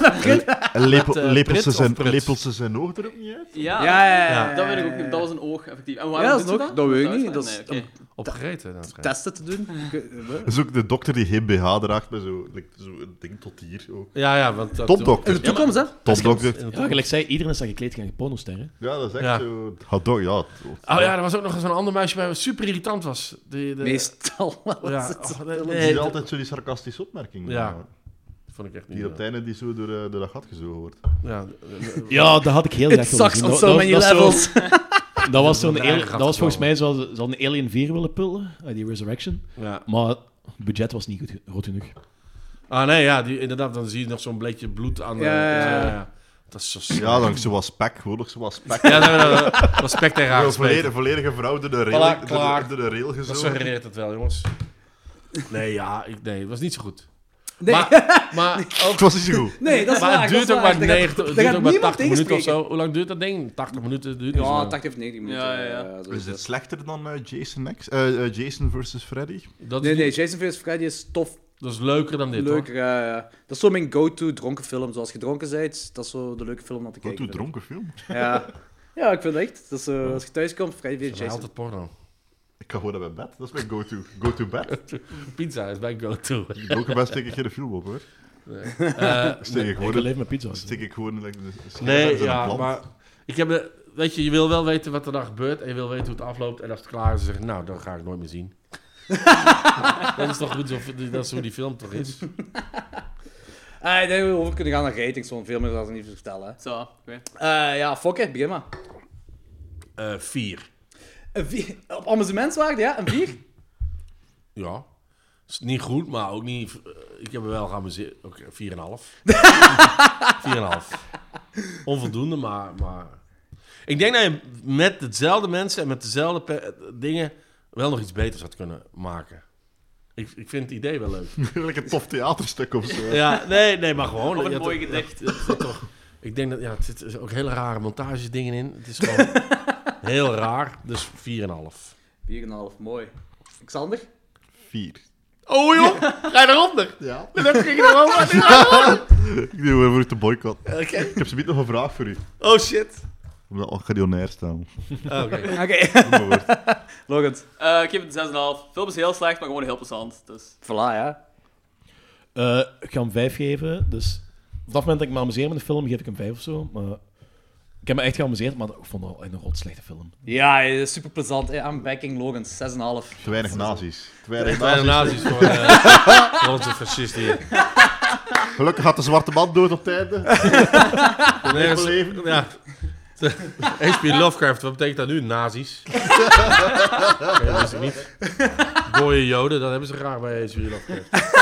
En lepel, Met, eh, lepelt, prit ze of zijn, prut? lepelt ze zijn oog er ook niet uit? Ja, Ja, ja, ja, Ja. dat weet ik ook ja, niet. Dat was een oog, effectief. En waarom Ja, dat is doet ze nog- dat weet ik niet. Dat is Nee, oké. Opgegeten. Dat is Testen te doen. Ik- eh, Dat is ook de dokter die geen B H draagt met zo, like, zo een ding tot hier. Ook. Ja, ja, want... dat- Topdokter. In de toekomst, hè? Topdokter. In de Ja, gelijk zei, iedereen is daar gekleed gaan pornosterren. Ja, dat is echt Ja. zo... Hot dog, ja. Oh ja, er was ook nog zo'n ander meisje bij me super irritant was. Die, de, Meestal was Ja, het. oh, zo. nee, Die nee, ziet dat- altijd zo die sarcastische opmerkingen. Ja. Dat vond ik echt niet Die op het einde die zo door, uh, door dat gat gezogen wordt. Ja, Ja, dat had ik heel It graag willen sucks zien. on Dat- so dat- many dat is zo- levels. Dat was, zo'n Dat al- is een dat was volgens mij zo, ze hadden Alien vier willen pullen, uh, die Resurrection. ja. Maar het budget was niet goed, groot genoeg. Ah nee, ja, die, inderdaad, dan zie je nog zo'n beetje bloed aan de... Ja, ja, ja. ja. Dat is zo slecht. Ja, dan zoals spek, gewoon nog zoals spek. Ja, dat hebben we respect tegen haar Een gesproken. volledige, volledige vrouw door de rail, Voilà, door klaar. de, door de rail Dat gezogen. suggereert het wel, jongens. Nee, ja, ik, nee, het was niet zo goed. Nee. Maar, maar, ook, Het was niet zo goed. Nee, dat is maar waar. het dat duurt is ook waar. maar Daar gaat- negentig, het daar duurt gaat ook maar niemand tachtig minuten of tegenspreken. zo. Hoe lang duurt dat ding? tachtig minuten duurt niet zo Ja, lang. tachtig of negentig minuten. Ja, ja, ja. zo Is is het het. slechter dan uh, Jason X? Uh, uh, Jason versus Freddy? Dat is, Nee, nee, niet- Jason versus. Freddy is tof. dat is leuker dan dit, Leuk, ja, ja. Dat is zo mijn go-to dronken film. Zoals je dronken bent, dat is zo de leuke film om te Wat kijken. doe dronken film? Ja. Ja, ik vind het echt. Dat is, zo, als je thuis komt, Freddy hoor. versus Dat is Jason. altijd porno. Ik ga gewoon naar mijn bed. Dat is mijn go-to. Go-to bed. Pizza is mijn go-to. Dronken bed steek ik geen film op, hoor. Eh, Steek ik Ik gewoon... leef met pizza. Steek ik gewoon... like, de scherm nee, in een ja, plant. maar... Ik heb de, weet je, je wil wel weten wat er dan gebeurt en je wil weten hoe het afloopt. En als het klaar is, dan zeg je, nou, dan ga ik nooit meer zien. Dat is toch goed, zo, dat is hoe die film toch is. Ah, ik denk dat we over kunnen gaan naar ratings, want veel meer zal ik niet vertellen. Hè. Zo, oké. Eh, ja, Fokke, begin maar. Eh, vier. Een vier, op amusementswaarde, ja, een vier. Ja. Is niet goed, maar ook niet... eh, ik heb er wel geamuseerd. Oké, vier en een half. Vier en een half. Onvoldoende, maar, maar... Ik denk dat je met dezelfde mensen en met dezelfde pe- dingen wel nog iets beters had kunnen maken. Ik, ik vind het idee wel leuk. Eigenlijk een tof theaterstuk of zo. Ja, nee, nee, maar gewoon... Of een je had- mooi gedicht. ja, het zit toch, ik denk dat... Ja, het zitten ook hele rare montagedingen in. Het is gewoon heel raar. Dus vier en een half. vier komma vijf, mooi. Xander? Vier. Oh joh, ga je eronder? Ja. Dan heb ik erover. Ik doe even te boycott. Oké. Ik heb zometeen nog een vraag voor u. Oh shit. Oh, ik ga die onair stellen. Oké. Oké. Doe maar woord. Logans. Eh, ik geef het zes komma vijf. Film is heel slecht, maar gewoon heel plezant. Dus. Voilà, ja. Uh, ik ga hem vijf geven. Dus op dat moment dat ik me amuseer met de film, geef ik hem vijf of zo. Maar ik heb me echt geamuseerd, maar ik vond het wel een rot slechte film. Ja, het is super plezant. I'm backing Logans, zes komma vijf. Te weinig nazi's. Te weinig Kleine nazi's. nazi's voor, uh, voor onze fascisten hier. Gelukkig gaat de zwarte man dood op het einde. Nee, Even leven. ja. H P Lovecraft, wat betekent dat nu? Nazi's. Okay, dat wist ik niet. Gooie joden, dat hebben ze graag bij H P Lovecraft.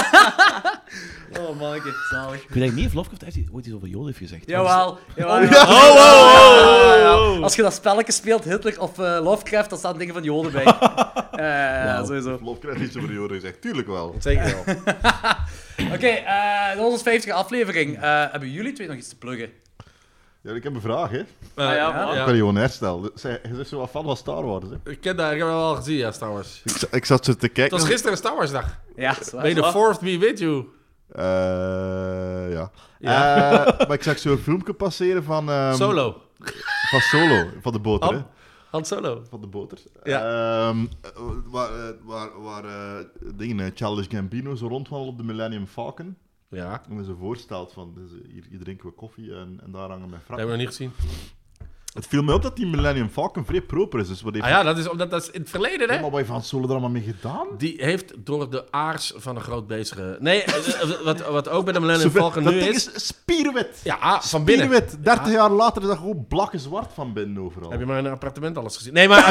Oh, manneke, zalig. Ik weet eigenlijk niet of Lovecraft heeft ooit iets over Joden heeft gezegd. Jawel. jawel. Oh, oh, oh, oh. Als je dat spelletje speelt, Hitler of uh, Lovecraft, dan staan dingen van Joden bij. Uh, ja, sowieso. Lovecraft iets over de Joden gezegd. Tuurlijk wel. Zeker wel. Oké, okay, uh, dat was onze vijftigste aflevering. Uh, hebben jullie twee nog iets te pluggen? Ja, ik heb een vraag, hè. Uh, ja, ja. Ik ga die onair stellen. Zij- Je bent zo wat fan van Star Wars, hè. Ik ken dat, ik heb dat wel gezien, ja, Star Wars. Ik, z- ik zat zo te Het kijken. was gisteren een Star Wars dag. Ja, zwaar. May the fourth be with you. Eh, ja. Ja. Eh, maar ik zag zo'n filmpje passeren van... ehm, Solo. Van Solo, van de boter, hè. Han, Han Solo. Van de boter. Ja. Ehm, eh, waar eh, waar, waar eh, dingen, eh, Childish Gambino zo rondwandelt op de Millennium Falcon. Ja, En ze voorstelt van, dus, eh, hier, hier drinken we koffie en, en daar hangen mijn dat frakken. hebben we nog niet gezien. Het viel mij op dat die Millennium Falcon vrij proper is. Dus wat heeft Ah ja, dat is, omdat dat is in het verleden, Ja, hè? maar wat heeft Han Solo er allemaal mee gedaan? Die heeft door de aars van een groot bezige... Nee, eh, eh, wat, wat ook bij de Millennium Zoveel- Falcon dat nu ding is... is spierwit. Ja, ah, van binnen. Spierwit. dertig jaar later is dat gewoon blak en zwart van binnen overal. Heb je maar in een appartement alles gezien? Nee, maar... Als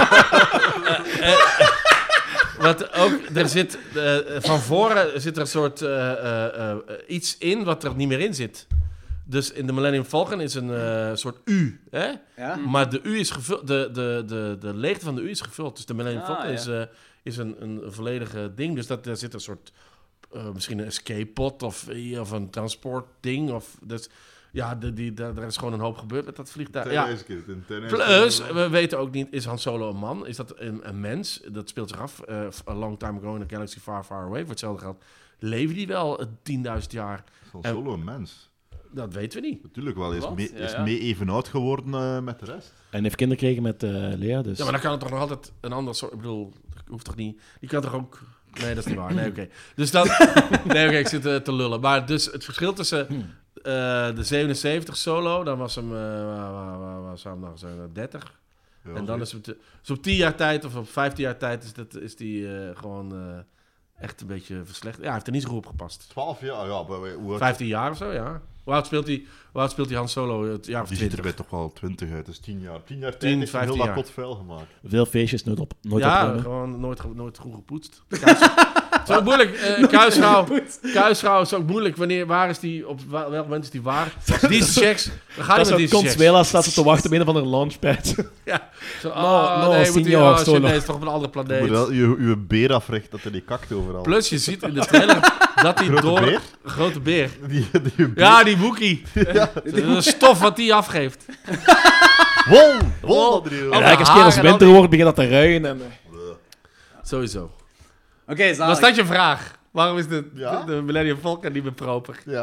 je, eh, eh, wat ook... Er zit... eh, van voren zit er een soort... eh, eh, eh, iets in wat er niet meer in zit. Dus in de Millennium Falcon is een eh, soort U, hè? Ja? Maar de U is gevuld... De, de, de, de leegte van de U is gevuld. Dus de Millennium Ah, Falcon ja. is, eh, is een, een volledige ding. Dus dat, daar zit een soort... eh, misschien een escape pod of, eh, of een transportding. Of, dus, ja, de, die, daar, daar is gewoon een hoop gebeurd met dat vliegtuig. Ja. Tijdens keer, ten- ten- Plus, we weten ook niet, is Han Solo een man? Is dat een, een mens? Dat speelt zich af. eh, a long time ago in a galaxy far, far away. Voor hetzelfde geld leefde die wel tienduizend jaar? Is Han Solo een mens? Dat weten we niet. Natuurlijk wel. Hij is, Wat? mee, Ja, is ja. mee even oud geworden eh, met de rest. En heeft kinderen gekregen met uh, Lea, dus... Ja, maar dan kan het toch nog altijd een ander soort... Ik bedoel, dat hoeft toch niet... Die kan toch ook... Nee, dat is niet waar. Nee, oké. Dus dan... Nee, oké, ik zit uh, te lullen. Maar dus het verschil tussen uh, de zevenenzeventig Solo, dan was hem... Uh, waar, waar, waar, waar zou hem nog zijn? dertig. Ja, En dan is het... Dus op tien jaar tijd, of op vijftien jaar tijd, is, dat, is die uh, gewoon... Uh, echt een beetje verslechterd. Ja, hij heeft er niet zo goed op gepast. twaalf jaar, ja. Maar hoe oud- vijftien jaar of zo, ja. Hoe oud speelt hij, hoe oud speelt hij Han Solo? Het jaar of Die ziet twintig? er bij toch wel twintig uit. Dat is tien jaar. tien jaar tijd tien, heeft hij heel vijftien dat jaar. kot vuil gemaakt. Veel feestjes, nooit op, nooit Ja, opruimen. gewoon nooit, ge- nooit goed gepoetst. Kuis- Het is ook moeilijk. Uh, kuisvrouw, kuisvrouw is ook moeilijk. Wanneer, waar is die, op wa- welk moment is die waar? Die checks. We gaan Dat niet met is die ook checks. Consuela staat ze te wachten op een of andere launchpad. Ja. Zo, No, oh, no, nee, moet die, signor, oh, shit, solo. nee, het is toch op een andere Je moet planeet. wel je, je beer afrecht dat hij die kakt overal. Plus, je ziet in de trailer dat hij Grote door... beer? Een grote beer. Die, die beer. Ja, die Wookie. De stof wat die afgeeft. Wol! Wol! Wol. dat er hier- Oh, Ja, elke keer haar als en winter al wordt, begint dat te ruien. En, eh, Sowieso. Oké, zalig. Was dat je vraag? Waarom is de, Ja? de, de Millennium Falcon niet meer proper? Ja.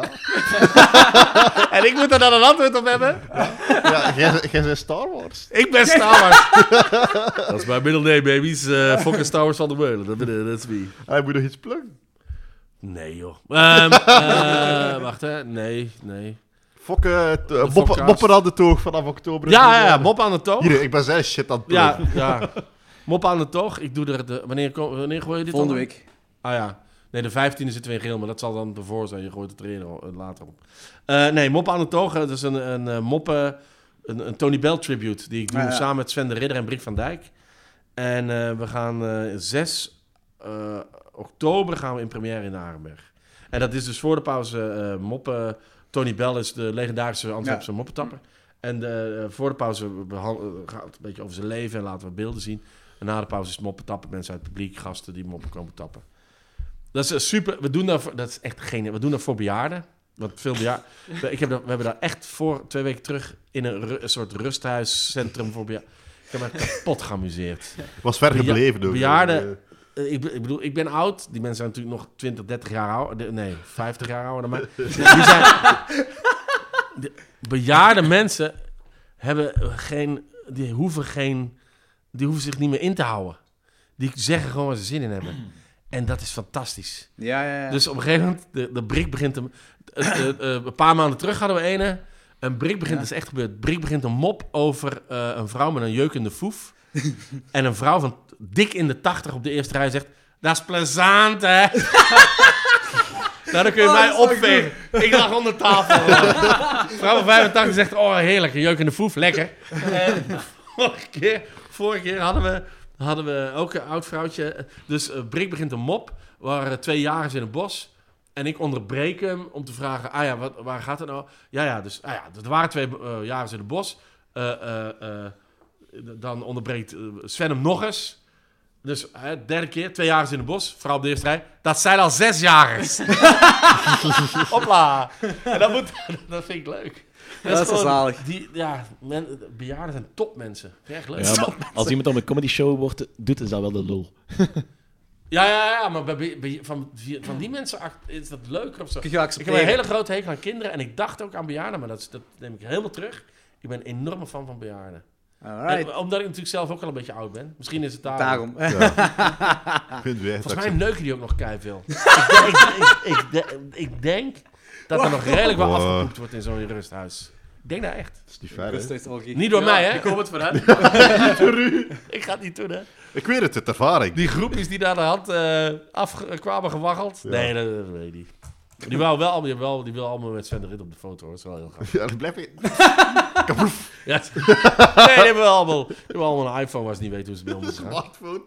En ik moet er dan een antwoord op hebben? Ja, jij, jij bent Star Wars. Ik ben Star Wars. Dat is mijn middle name, baby's. Uh, Fucking Star Wars van de Meulen. Dat ben- dat is wie. Hij moet nog iets pluggen. Nee, joh. Ehm, eh, wacht, hè. Nee, nee. Fokke, het, eh, De moppen, fokka's. moppen aan de toog vanaf oktober. Ja, ja, ja. Mop aan de toog. Hier, ik ben zijn shit aan het Ja, pluggen. ja. Mop aan de toog. Ik doe er de... Wanneer, ko- wanneer gooi je dit Volgende online? week. Ah ja. Nee, de vijftiende zitten we in geel, maar dat zal dan ervoor zijn. Je gooit het er eerder al- later op. Eh, nee, Mop aan de toog. Dat is een, een, een moppen... Een, een Tony Bell tribute die ik doe Ah, ja. samen met Sven de Ridder en Brik van Dijk. En eh, we gaan eh, zes eh, oktober gaan we in première in Arenberg. En dat is dus voor de pauze eh, moppen. Tony Bell is de legendarische Antwerpse Ja. moppetapper. En de, eh, voor de pauze behan- eh, gaat het een beetje over zijn leven en laten we beelden zien. En na de pauze is het moppetappen. Mensen uit het publiek, gasten die moppen komen tappen. Dat is eh, super. We doen dat voor, dat is echt geen. We doen dat voor bejaarden. Want veel bejaarden. we, ik heb dat, we hebben daar echt voor twee weken terug in een, ru- een soort rusthuiscentrum voor bejaarden. Ik heb me kapot geamuseerd. Was ver Beja- gebleven ook. bejaarden- Eh, ik, be- ik bedoel, ik ben oud. Die mensen zijn natuurlijk nog twintig, dertig jaar ouder. Nee, vijftig jaar ouder dan mij. Die zijn, de bejaarde mensen hebben geen, die hoeven geen, die hoeven zich niet meer in te houden. Die zeggen gewoon waar ze zin in hebben. En dat is fantastisch. Ja, ja, ja. Dus op een gegeven moment, de, de Brik begint te... eh, eh, eh, een paar maanden terug hadden we ene. Een Brik begint, dat is echt gebeurd. Brik begint een mop over eh, een vrouw met een jeukende foef. En een vrouw van dik in de tachtig op de eerste rij zegt... Dat is plezant, hè? Nou, dan kun je Oh, mij dat is wel opvegen. Ik lag onder tafel. Vrouw van vijfentachtig zegt... Oh, heerlijk, een jeukende foef, lekker. En vorige keer, vorige keer hadden we... hadden we ook een oud vrouwtje. Dus uh, Brik begint een mop. We waren twee jagers in het bos. En ik onderbreek hem om te vragen... Ah ja, wat, waar gaat het nou? Ja, ja, dus ah ja, er waren twee uh, jagers in het bos. Uh, uh, uh, dan onderbreekt uh, Sven hem nog eens. Dus uh, derde keer, twee jagers in het bos. Vrouw op de eerste rij. Dat zijn al zes jagers. Hopla. En dat, moet, dat vind ik leuk. Dat is gewoon- zalig. Die, ja, men, bejaarden zijn topmensen. Echt leuk. ja, maar als iemand dan een comedy show wordt, doet, is dat wel de lul. Ja, ja, ja, maar bij, bij, van, van die mensen act- is dat leuker of zo. Kun je wel Ik heb accepteren. een hele grote hekel aan kinderen en ik dacht ook aan bejaarden, maar dat, is, dat neem ik helemaal terug. Ik ben een enorme fan van bejaarden. Alright. En, omdat ik natuurlijk zelf ook al een beetje oud ben. Misschien is het Daarom. daarom. Ik vind het Volgens mij neuken die ook nog keiveel. ik, denk, ik, ik, ik, de- ik denk dat er nog redelijk wel Wow. afgepoept wordt in zo'n rusthuis. Ik denk dat echt. Dat is niet fair, hè? Rustigheidsorgie. Niet door mij, hè? Ik hoop het voor hen. Ik ga het niet doen, hè? Ik weet het, het ervaring. Die groepjes die naar de hand eh afkwamen gewaggeld. Ja. Nee, dat, dat weet ik niet. Die wou wel, die wil, die wil allemaal met Sven de Rit op de foto, hoor. Dat is wel heel gaaf. Ja, dan blijf ik... Ja. Nee, die hebben wel allemaal, die hebben allemaal een iPhone waar ze niet weten hoe ze mee om moeten gaan. Smartphone.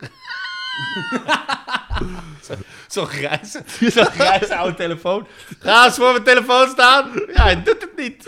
Zo'n grijs, zo'n grijs oude telefoon. Ga eens voor mijn telefoon staan. Ja, hij doet het niet.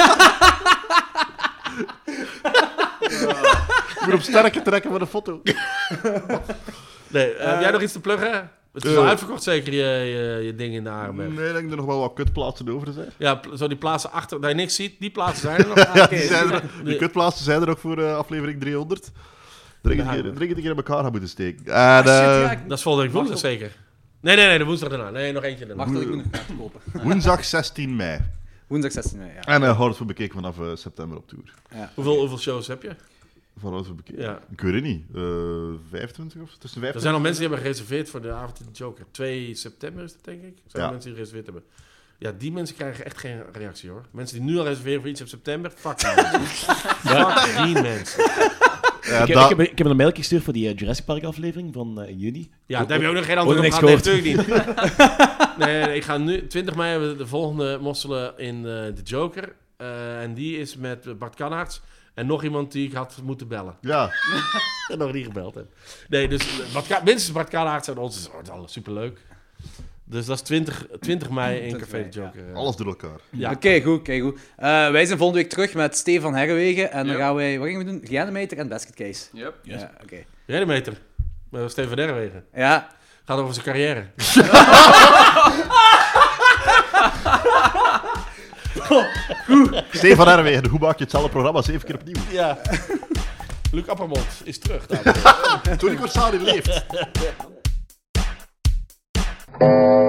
Ik moet op sterke trekken voor de foto. Nee, uh, heb jij nog iets te pluggen? Het is Uh, wel uitverkocht zeker, je, je, je ding in de Arenberg. Nee, ik denk er nog wel wat kutplaatsen over zijn. Ja, pl- zo die plaatsen achter, dat je niks ziet, die plaatsen zijn er nog. Ja, oké. die, zijn er, die Nee. kutplaatsen zijn er ook voor uh, aflevering driehonderd. Dringend een Ja. keer, dringend een keer in elkaar gaan moeten steken. En, Ah, shit, eh, ja, ik- Dat is volgende week woensdag zeker. Nee, nee, nee, de woensdag daarna. Nee, nog eentje daarna. Wacht, dat ik moet nog kaarten kopen. woensdag zestien mei. Woensdag zestien mei, ja. En uh, houden we bekeken vanaf uh, september op tour. Hoeveel, hoeveel shows heb je? Van houden we bekeken. Ja. Ik weet het niet. Uh, vijfentwintig of tussen Er vijfentwintig. zijn al mensen die hebben gereserveerd voor de avond in de Joker. twee september is dat, denk ik. Zijn er Ja. mensen die gereserveerd hebben. Ja, die mensen krijgen echt geen reactie, hoor. Mensen die nu al reserveren voor iets in september, fuck die mensen. Fuck die mensen. Ja, ik, dat- ik, heb, ik heb een mail gestuurd voor die uh, Jurassic Park aflevering van uh, juni. Ja, daar heb je ook nog geen Oh, antwoord op niks gehad. Nee, gehoord. natuurlijk niet. nee, nee, ik ga nu... twintig mei hebben we de volgende mosselen in uh, de Joker. Uh, en die is met Bart Kannaerts. En nog iemand die ik had moeten bellen. Ja. En nog niet gebeld heb. Nee, dus Bart Ka- minstens Bart Kannaerts en ons. Dat wordt al superleuk. Dus dat is twintig, twintig mei in Café de Joker. Ja. Alles door elkaar. Ja. Oké, okay, goed, okay, goed. Uh, wij zijn volgende week terug met Stefan Herrewegen. En dan Yep. gaan wij... Wat gaan we doen? Reanimator en Basket Case. Yep. Yes. Ja, oké. Okay. Reanimator. Met Steven Derwegen. Ja. Gaat over zijn carrière. Stefan Herwegen, hoe maak je hetzelfde programma zeven keer opnieuw? Ja. Luc Appermond is terug. dames en heren. Tony Corsari leeft.